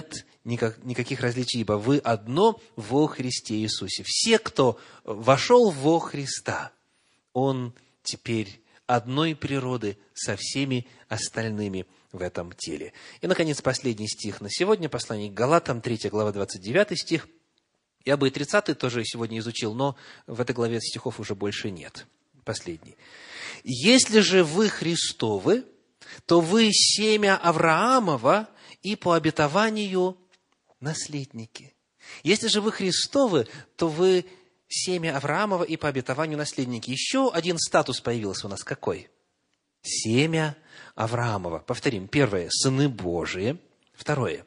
никаких различий, ибо вы одно во Христе Иисусе. Все, кто вошел во Христа, он теперь одной природы со всеми остальными в этом теле. И, наконец, последний стих на сегодня, послание к Галатам, 3 глава, 29 стих. Я бы и 30 тоже сегодня изучил, но в этой главе стихов уже больше нет. Последний. «Если же вы Христовы, то вы семя Авраамова и по обетованию наследники». Если же вы Христовы, то вы семя Авраамова и по обетованию наследники. Еще один статус появился у нас. Какой? Семя Авраамова. Повторим. Первое – сыны Божии. Второе.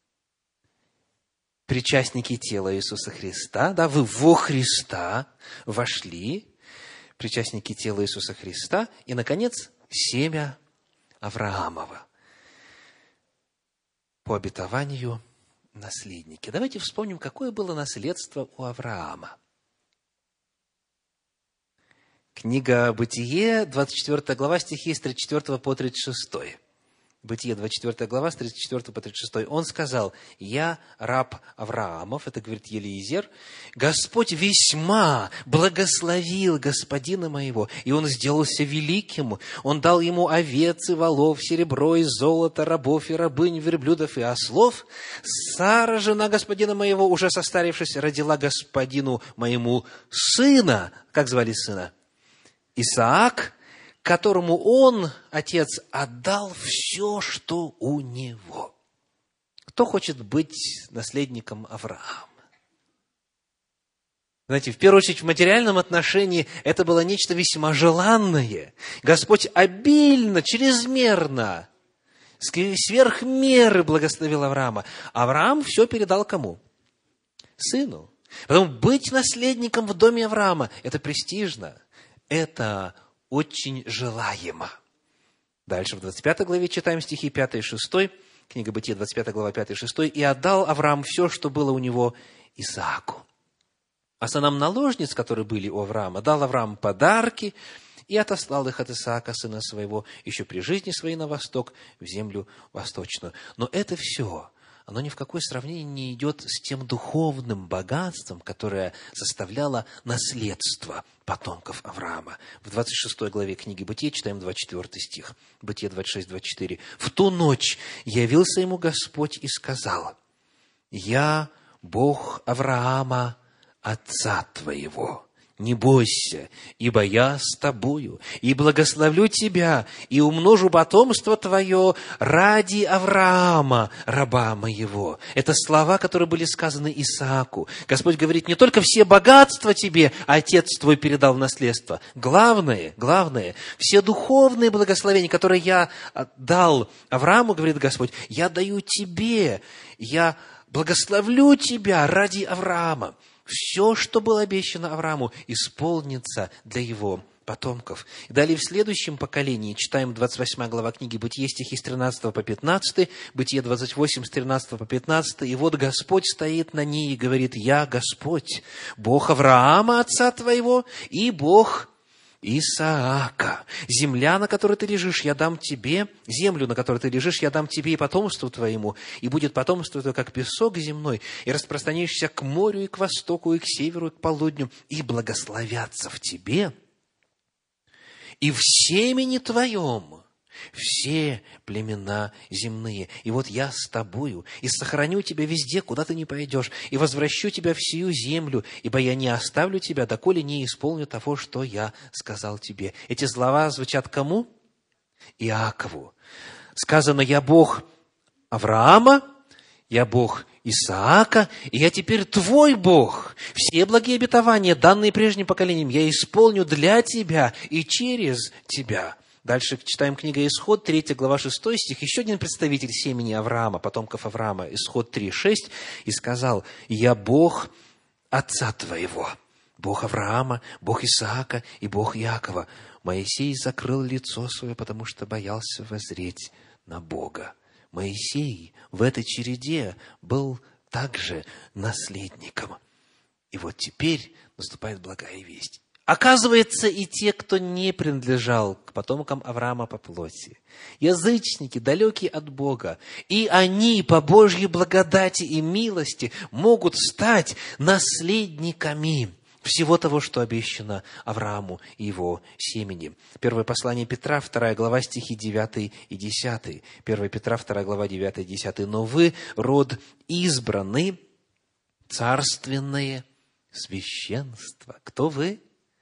Причастники тела Иисуса Христа, да, вы во Христа вошли, причастники тела Иисуса Христа, и, наконец, семя Авраамова. По обетованию наследники. Давайте вспомним, какое было наследство у Авраама. Книга Бытие, 24 глава, стихи с 34 по 36. Бытие, 24 глава, с 34 по 36. Он сказал: «Я раб Авраамов», это говорит Елиезер, «Господь весьма благословил господина моего, и он сделался великим. Он дал ему овец и волов, серебро и золото, рабов и рабынь, верблюдов и ослов. Сара, жена господина моего, уже состарившись, родила господину моему сына». Как звали сына? Исаак, которому он, отец, отдал все, что у него. Кто хочет быть наследником Авраама? Знаете, в первую очередь, в материальном отношении это было нечто весьма желанное. Господь обильно, чрезмерно, сверх меры благословил Авраама. Авраам все передал кому? Сыну. Поэтому быть наследником в доме Авраама – это престижно, это очень желаемо. Дальше в 25 главе читаем стихи 5 и 6, книга Бытие, 25 глава, 5 и 6. «И отдал Авраам все, что было у него, Исааку. А сынам наложниц, которые были у Авраама, дал Авраам подарки и отослал их от Исаака, сына своего, еще при жизни своей на восток, в землю восточную». Но это все, оно ни в какое сравнение не идет с тем духовным богатством, которое составляло наследство потомков Авраама. В 26 главе книги Бытие читаем 24 стих. Бытие 26-24. «В ту ночь явился ему Господь и сказал: Я Бог Авраама, отца твоего. Не бойся, ибо я с тобою, и благословлю тебя, и умножу потомство твое ради Авраама, раба моего». Это слова, которые были сказаны Исааку. Господь говорит: не только все богатства тебе отец твой передал в наследство. Главное, все духовные благословения, которые я дал Аврааму, говорит Господь, я даю тебе, я благословлю тебя ради Авраама. Все, что было обещано Аврааму, исполнится для его потомков. И далее в следующем поколении читаем 28 глава книги Бытие, стихи с 13 по 15, Бытие 28, с 13 по 15. «И вот Господь стоит на ней и говорит: Я Господь, Бог Авраама, отца твоего, и Бог Исаака. Земля, на которой ты лежишь, я дам тебе, землю, на которой ты лежишь, я дам тебе и потомству твоему, и будет потомство твое, как песок земной, и распространишься к морю, и к востоку, и к северу, и к полудню, и благословятся в тебе, и в семени твоем все племена земные. И вот я с тобою, и сохраню тебя везде, куда ты не пойдешь, и возвращу тебя в сию землю, ибо я не оставлю тебя, доколе не исполню того, что я сказал тебе». Эти слова звучат кому? Иакову. Сказано: «Я Бог Авраама, я Бог Исаака, и я теперь твой Бог. Все благие обетования, данные прежним поколениям, я исполню для тебя и через тебя». Дальше читаем книга Исход, 3 глава, 6 стих. Еще один представитель семени Авраама, потомков Авраама, Исход 3, 6. «И сказал: Я Бог отца твоего, Бог Авраама, Бог Исаака и Бог Иакова. Моисей закрыл лицо свое, потому что боялся воззреть на Бога». Моисей в этой череде был также наследником. И вот теперь наступает благая весть. Оказывается, и те, кто не принадлежал к потомкам Авраама по плоти, язычники, далекие от Бога, и они по Божьей благодати и милости могут стать наследниками всего того, что обещано Аврааму и его семени. Первое послание Петра, 2 глава, стихи 9 и 10. 1 Петра, 2 глава, 9 и 10. «Но вы род избранный, царственное священство». Кто вы?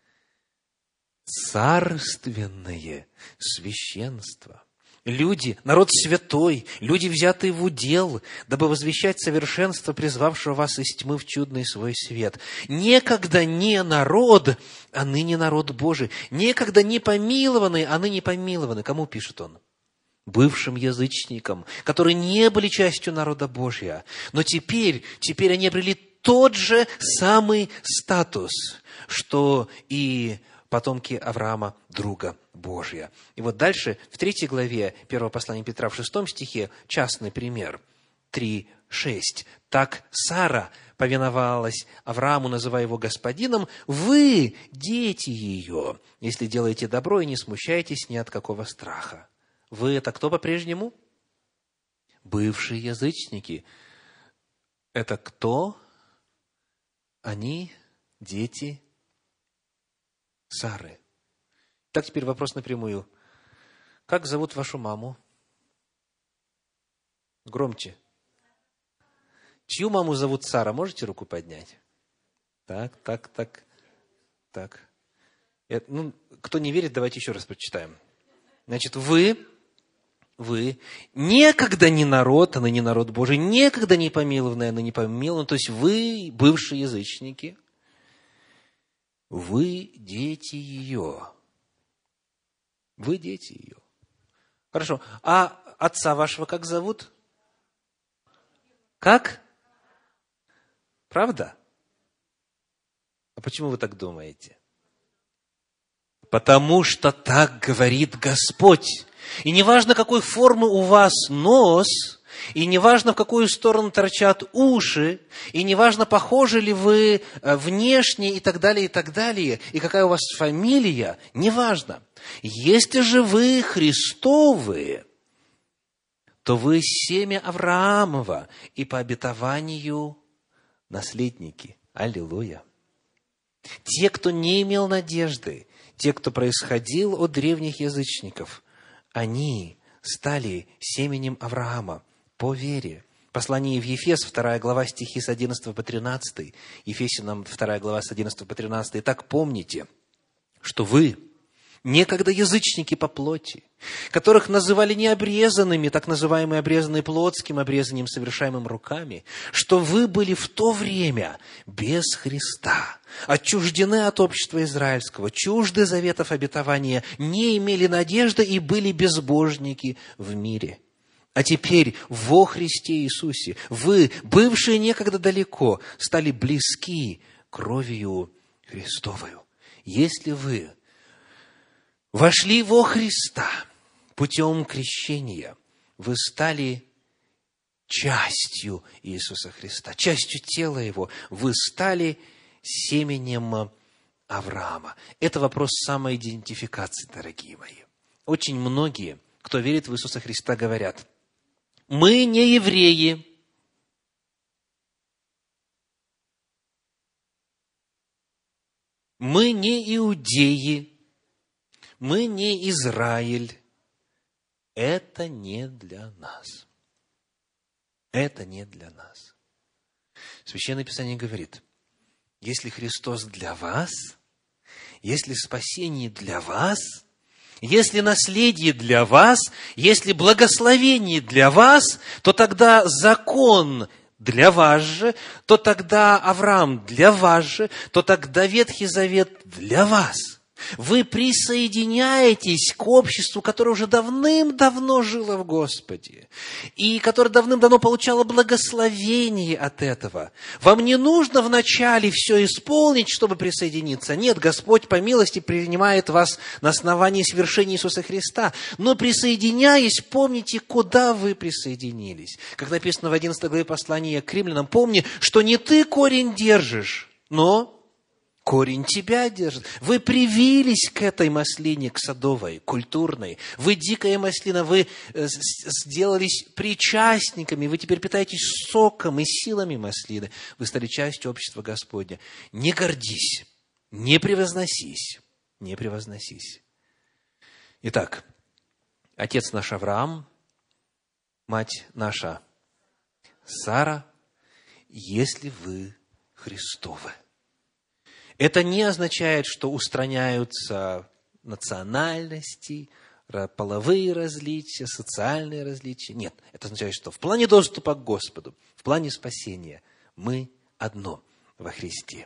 Царственное священство. Люди, народ святой, люди, взятые в удел, дабы возвещать совершенство призвавшего вас из тьмы в чудный свой свет. Некогда не народ, а ныне народ Божий. Некогда не помилованный, а ныне помилованный. Кому пишет он? бывшим язычникам, которые не были частью народа Божия, но теперь они обрели тот же самый статус, что и потомки Авраама, друга Божия. И вот дальше, в 3 главе 1 послания Петра, в 6 стихе, частный пример, 3:6. «Так Сара повиновалась Аврааму, называя его господином, вы, дети ее, если делаете добро и не смущаетесь ни от какого страха». Вы – это кто по-прежнему? Бывшие язычники. Это кто? Они дети Сары. Так, теперь вопрос напрямую. Как зовут вашу маму? Громче. Чью маму зовут Сара? Можете руку поднять? Так. Кто не верит, давайте еще раз прочитаем. Значит, вы некогда не народ, а ныне народ Божий, некогда не помилованный, а ныне помилованный, то есть вы, бывшие язычники, вы дети ее. Вы дети ее. Хорошо. А отца вашего как зовут? Как? Правда? А почему вы так думаете? Потому что так говорит Господь. И неважно, какой формы у вас нос, и неважно, в какую сторону торчат уши, и неважно, похожи ли вы внешне, и так далее, и какая у вас фамилия, неважно. Если же вы Христовы, то вы семя Авраамова, и по обетованию наследники. Аллилуйя! Те, кто не имел надежды, те, кто происходил от древних язычников, они стали семенем Авраама по вере. Послание в Ефес, 2 глава, стихи с 11 по 13. Ефесянам 2 глава, с 11 по 13. «Итак, помните, что вы, некогда язычники по плоти, которых называли необрезанными, так называемые обрезанные плотским обрезанием, совершаемым руками, что вы были в то время без Христа, отчуждены от общества израильского, чужды заветов обетования, не имели надежды и были безбожники в мире. А теперь во Христе Иисусе вы, бывшие некогда далеко, стали близки кровью Христовою. Если вы вошли во Христа путем крещения, вы стали частью Иисуса Христа, частью тела Его, вы стали семенем Авраама. Это вопрос самоидентификации, дорогие мои. Очень многие, кто верит в Иисуса Христа, говорят: мы не евреи, мы не иудеи, мы не Израиль. Это не для нас. Это не для нас. Священное Писание говорит: если Христос для вас, если спасение для вас, если наследие для вас, если благословение для вас, то тогда закон для вас же, то тогда Авраам для вас же, то тогда Ветхий Завет для вас. Вы присоединяетесь к обществу, которое уже давным-давно жило в Господе, и которое давным-давно получало благословение от этого. Вам не нужно вначале все исполнить, чтобы присоединиться. Нет, Господь по милости принимает вас на основании свершения Иисуса Христа. Но присоединяясь, помните, куда вы присоединились. Как написано в 11 главе послания к Римлянам: помни, что не ты корень держишь, но корень тебя держит. Вы привились к этой маслине, к садовой, культурной. Вы дикая маслина, вы сделались причастниками, вы теперь питаетесь соком и силами маслины. Вы стали частью общества Господня. Не гордись, не превозносись, не превозносись. Итак, отец наш Авраам, мать наша Сара, если вы Христовы. Это не означает, что устраняются национальности, половые различия, социальные различия. Нет, это означает, что в плане доступа к Господу, в плане спасения мы одно во Христе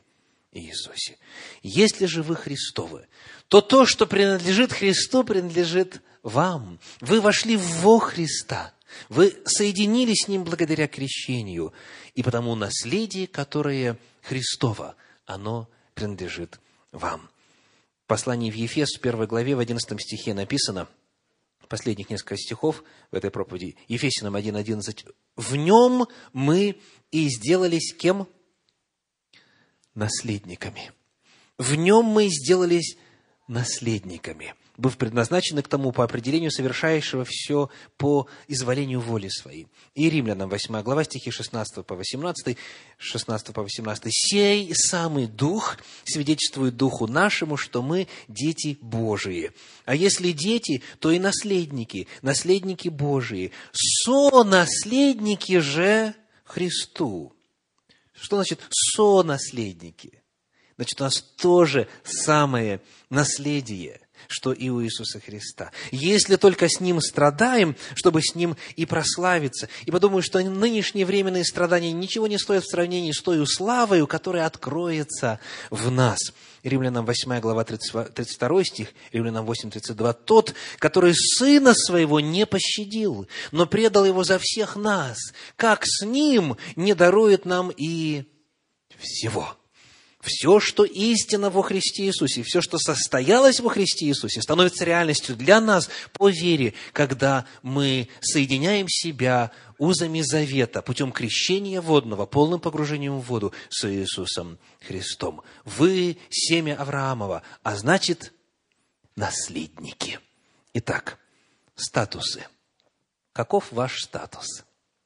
Иисусе. Если же вы Христовы, то то, что принадлежит Христу, принадлежит вам. Вы вошли во Христа. Вы соединились с Ним благодаря крещению. И потому наследие, которое Христово, оно принадлежит вам. В послании в Ефес, в 1 главе, в 11 стихе написано, последних несколько стихов в этой проповеди, Ефесянам 1:11, «В Нем мы и сделались кем? Наследниками». В Нем мы и сделались наследниками, быв предназначены к тому по определению совершающего все по изволению воли своей. И Римлянам 8 глава, стихи 16 по 18, 16 по 18. «Сей самый Дух свидетельствует Духу нашему, что мы дети Божии. А если дети, то и наследники, наследники Божии, сонаследники же Христу». Что значит сонаследники? Значит, у нас тоже самое наследие, что и у Иисуса Христа. Если только с Ним страдаем, чтобы с Ним и прославиться. Ибо думаю, что нынешние временные страдания ничего не стоят в сравнении с той славою, которая откроется в нас. Римлянам 8 глава 32 стих, Римлянам 8:32. «Тот, который Сына Своего не пощадил, но предал Его за всех нас, как с Ним не дарует нам и всего». Все, что истинно во Христе Иисусе, все, что состоялось во Христе Иисусе, становится реальностью для нас по вере, когда мы соединяем себя узами завета путем крещения водного, полным погружением в воду с Иисусом Христом. Вы семя Авраамова, а значит, наследники. Итак, статусы. Каков ваш статус?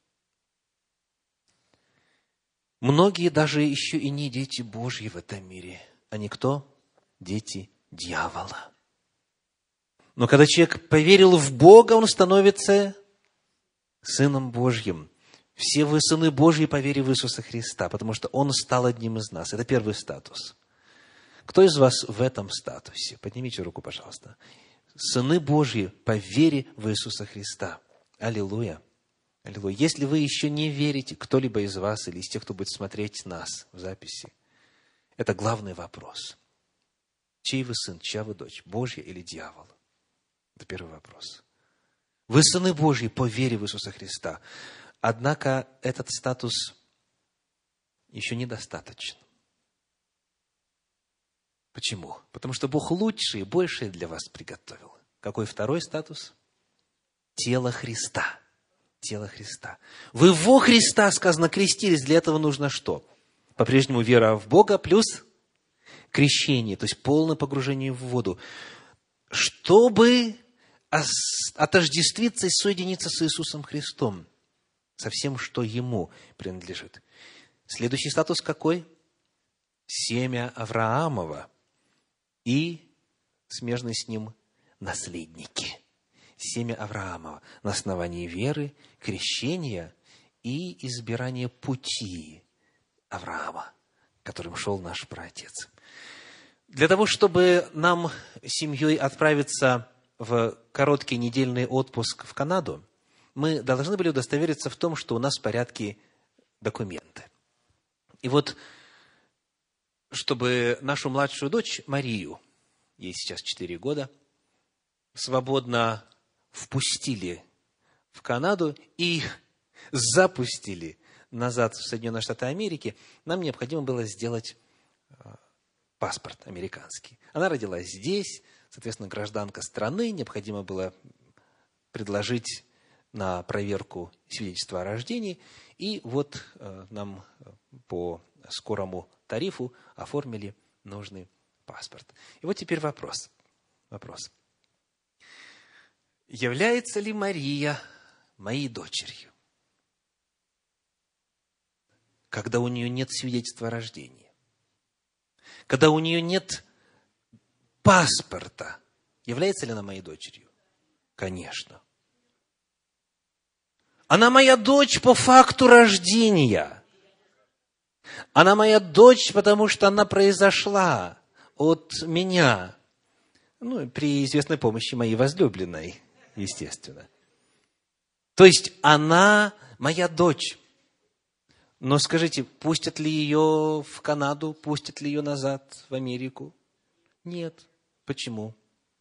Многие даже еще и не дети Божьи в этом мире. Они кто? Дети дьявола. Но когда человек поверил в Бога, он становится Сыном Божьим. Все вы сыны Божьи по вере в Иисуса Христа, потому что Он стал одним из нас. Это первый статус. Кто из вас в этом статусе? Поднимите руку, пожалуйста. Сыны Божьи по вере в Иисуса Христа. Аллилуйя. Аллилуйя. Если вы еще не верите, кто-либо из вас или из тех, кто будет смотреть нас в записи, это главный вопрос. Чей вы сын, чья вы дочь, Божья или дьявол? Это первый вопрос. Вы сыны Божьи по вере в Иисуса Христа. Однако этот статус еще недостаточен. Почему? Потому что Бог лучшее и большее для вас приготовил. Какой второй статус? Тело Христа. Тело Христа. Вы во Христа, сказано, крестились. Для этого нужно что? По-прежнему вера в Бога плюс крещение, то есть полное погружение в воду, чтобы отождествиться и соединиться с Иисусом Христом, со всем, что Ему принадлежит. Следующий статус какой? Семя Авраамова и смежные с ним наследники. Семя Авраамова на основании веры, крещения и избирания пути Авраама, которым шел наш праотец. Для того, чтобы нам семьей отправиться в короткий недельный отпуск в Канаду, мы должны были удостовериться в том, что у нас в порядке документы. И вот, чтобы нашу младшую дочь Марию, ей сейчас 4 года, свободно впустили в Канаду и запустили назад в Соединенные Штаты Америки, нам необходимо было сделать паспорт американский. Она родилась здесь, соответственно, гражданка страны, необходимо было предложить на проверку свидетельства о рождении, и вот нам по скорому тарифу оформили нужный паспорт. И вот теперь вопрос. Является ли Мария моей дочерью, когда у нее нет свидетельства о рождении? Когда у нее нет паспорта, является ли она моей дочерью? Конечно. Она моя дочь по факту рождения. Она моя дочь, потому что она произошла от меня. При известной помощи моей возлюбленной, естественно. То есть, она моя дочь. Но скажите, пустят ли ее в Канаду, пустят ли ее назад в Америку? Нет. Почему?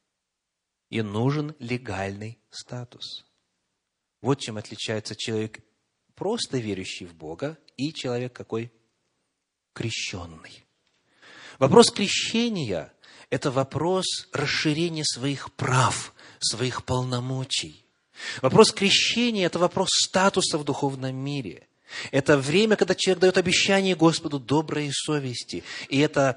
И нужен легальный статус. Вот чем отличается человек, просто верующий в Бога, и человек какой? Крещенный. Вопрос крещения – это вопрос расширения своих прав, своих полномочий. Вопрос крещения – это вопрос статуса в духовном мире. Это время, когда человек дает обещание Господу доброй совести. И это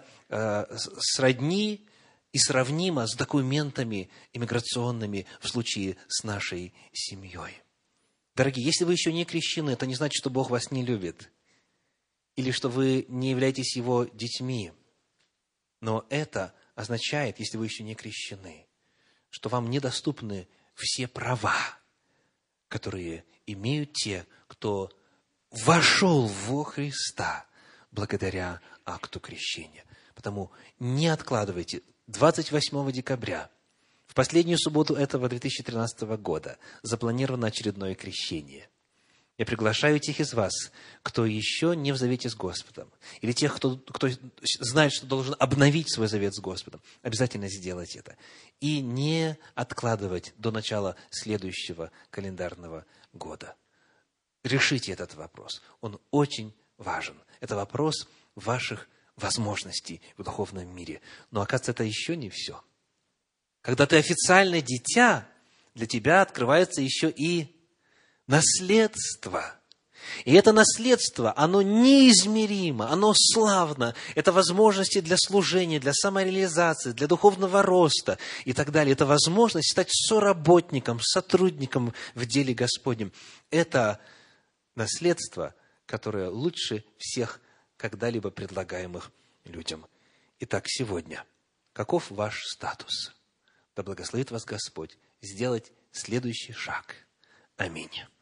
сродни и сравнимо с документами иммиграционными в случае с нашей семьей. Дорогие, если вы еще не крещены, это не значит, что Бог вас не любит. Или что вы не являетесь Его детьми. Но это означает, если вы еще не крещены, что вам недоступны все права, которые имеют те, кто вошел во Христа благодаря акту крещения. Потому не откладывайте. 28 декабря, в последнюю субботу этого 2013 года, запланировано очередное крещение. Я приглашаю тех из вас, кто еще не в завете с Господом, или тех, кто знает, что должен обновить свой завет с Господом, обязательно сделать это. И не откладывать до начала следующего календарного года. Решите этот вопрос. Он очень важен. Это вопрос ваших возможностей в духовном мире. Но, оказывается, это еще не все. Когда ты официальное дитя, для тебя открывается еще и наследство. И это наследство, оно неизмеримо, оно славно. Это возможности для служения, для самореализации, для духовного роста и так далее. Это возможность стать соработником, сотрудником в деле Господнем. Это наследство, которое лучше всех когда-либо предлагаемых людям. Итак, сегодня, каков ваш статус? Да благословит вас Господь сделать следующий шаг. Аминь.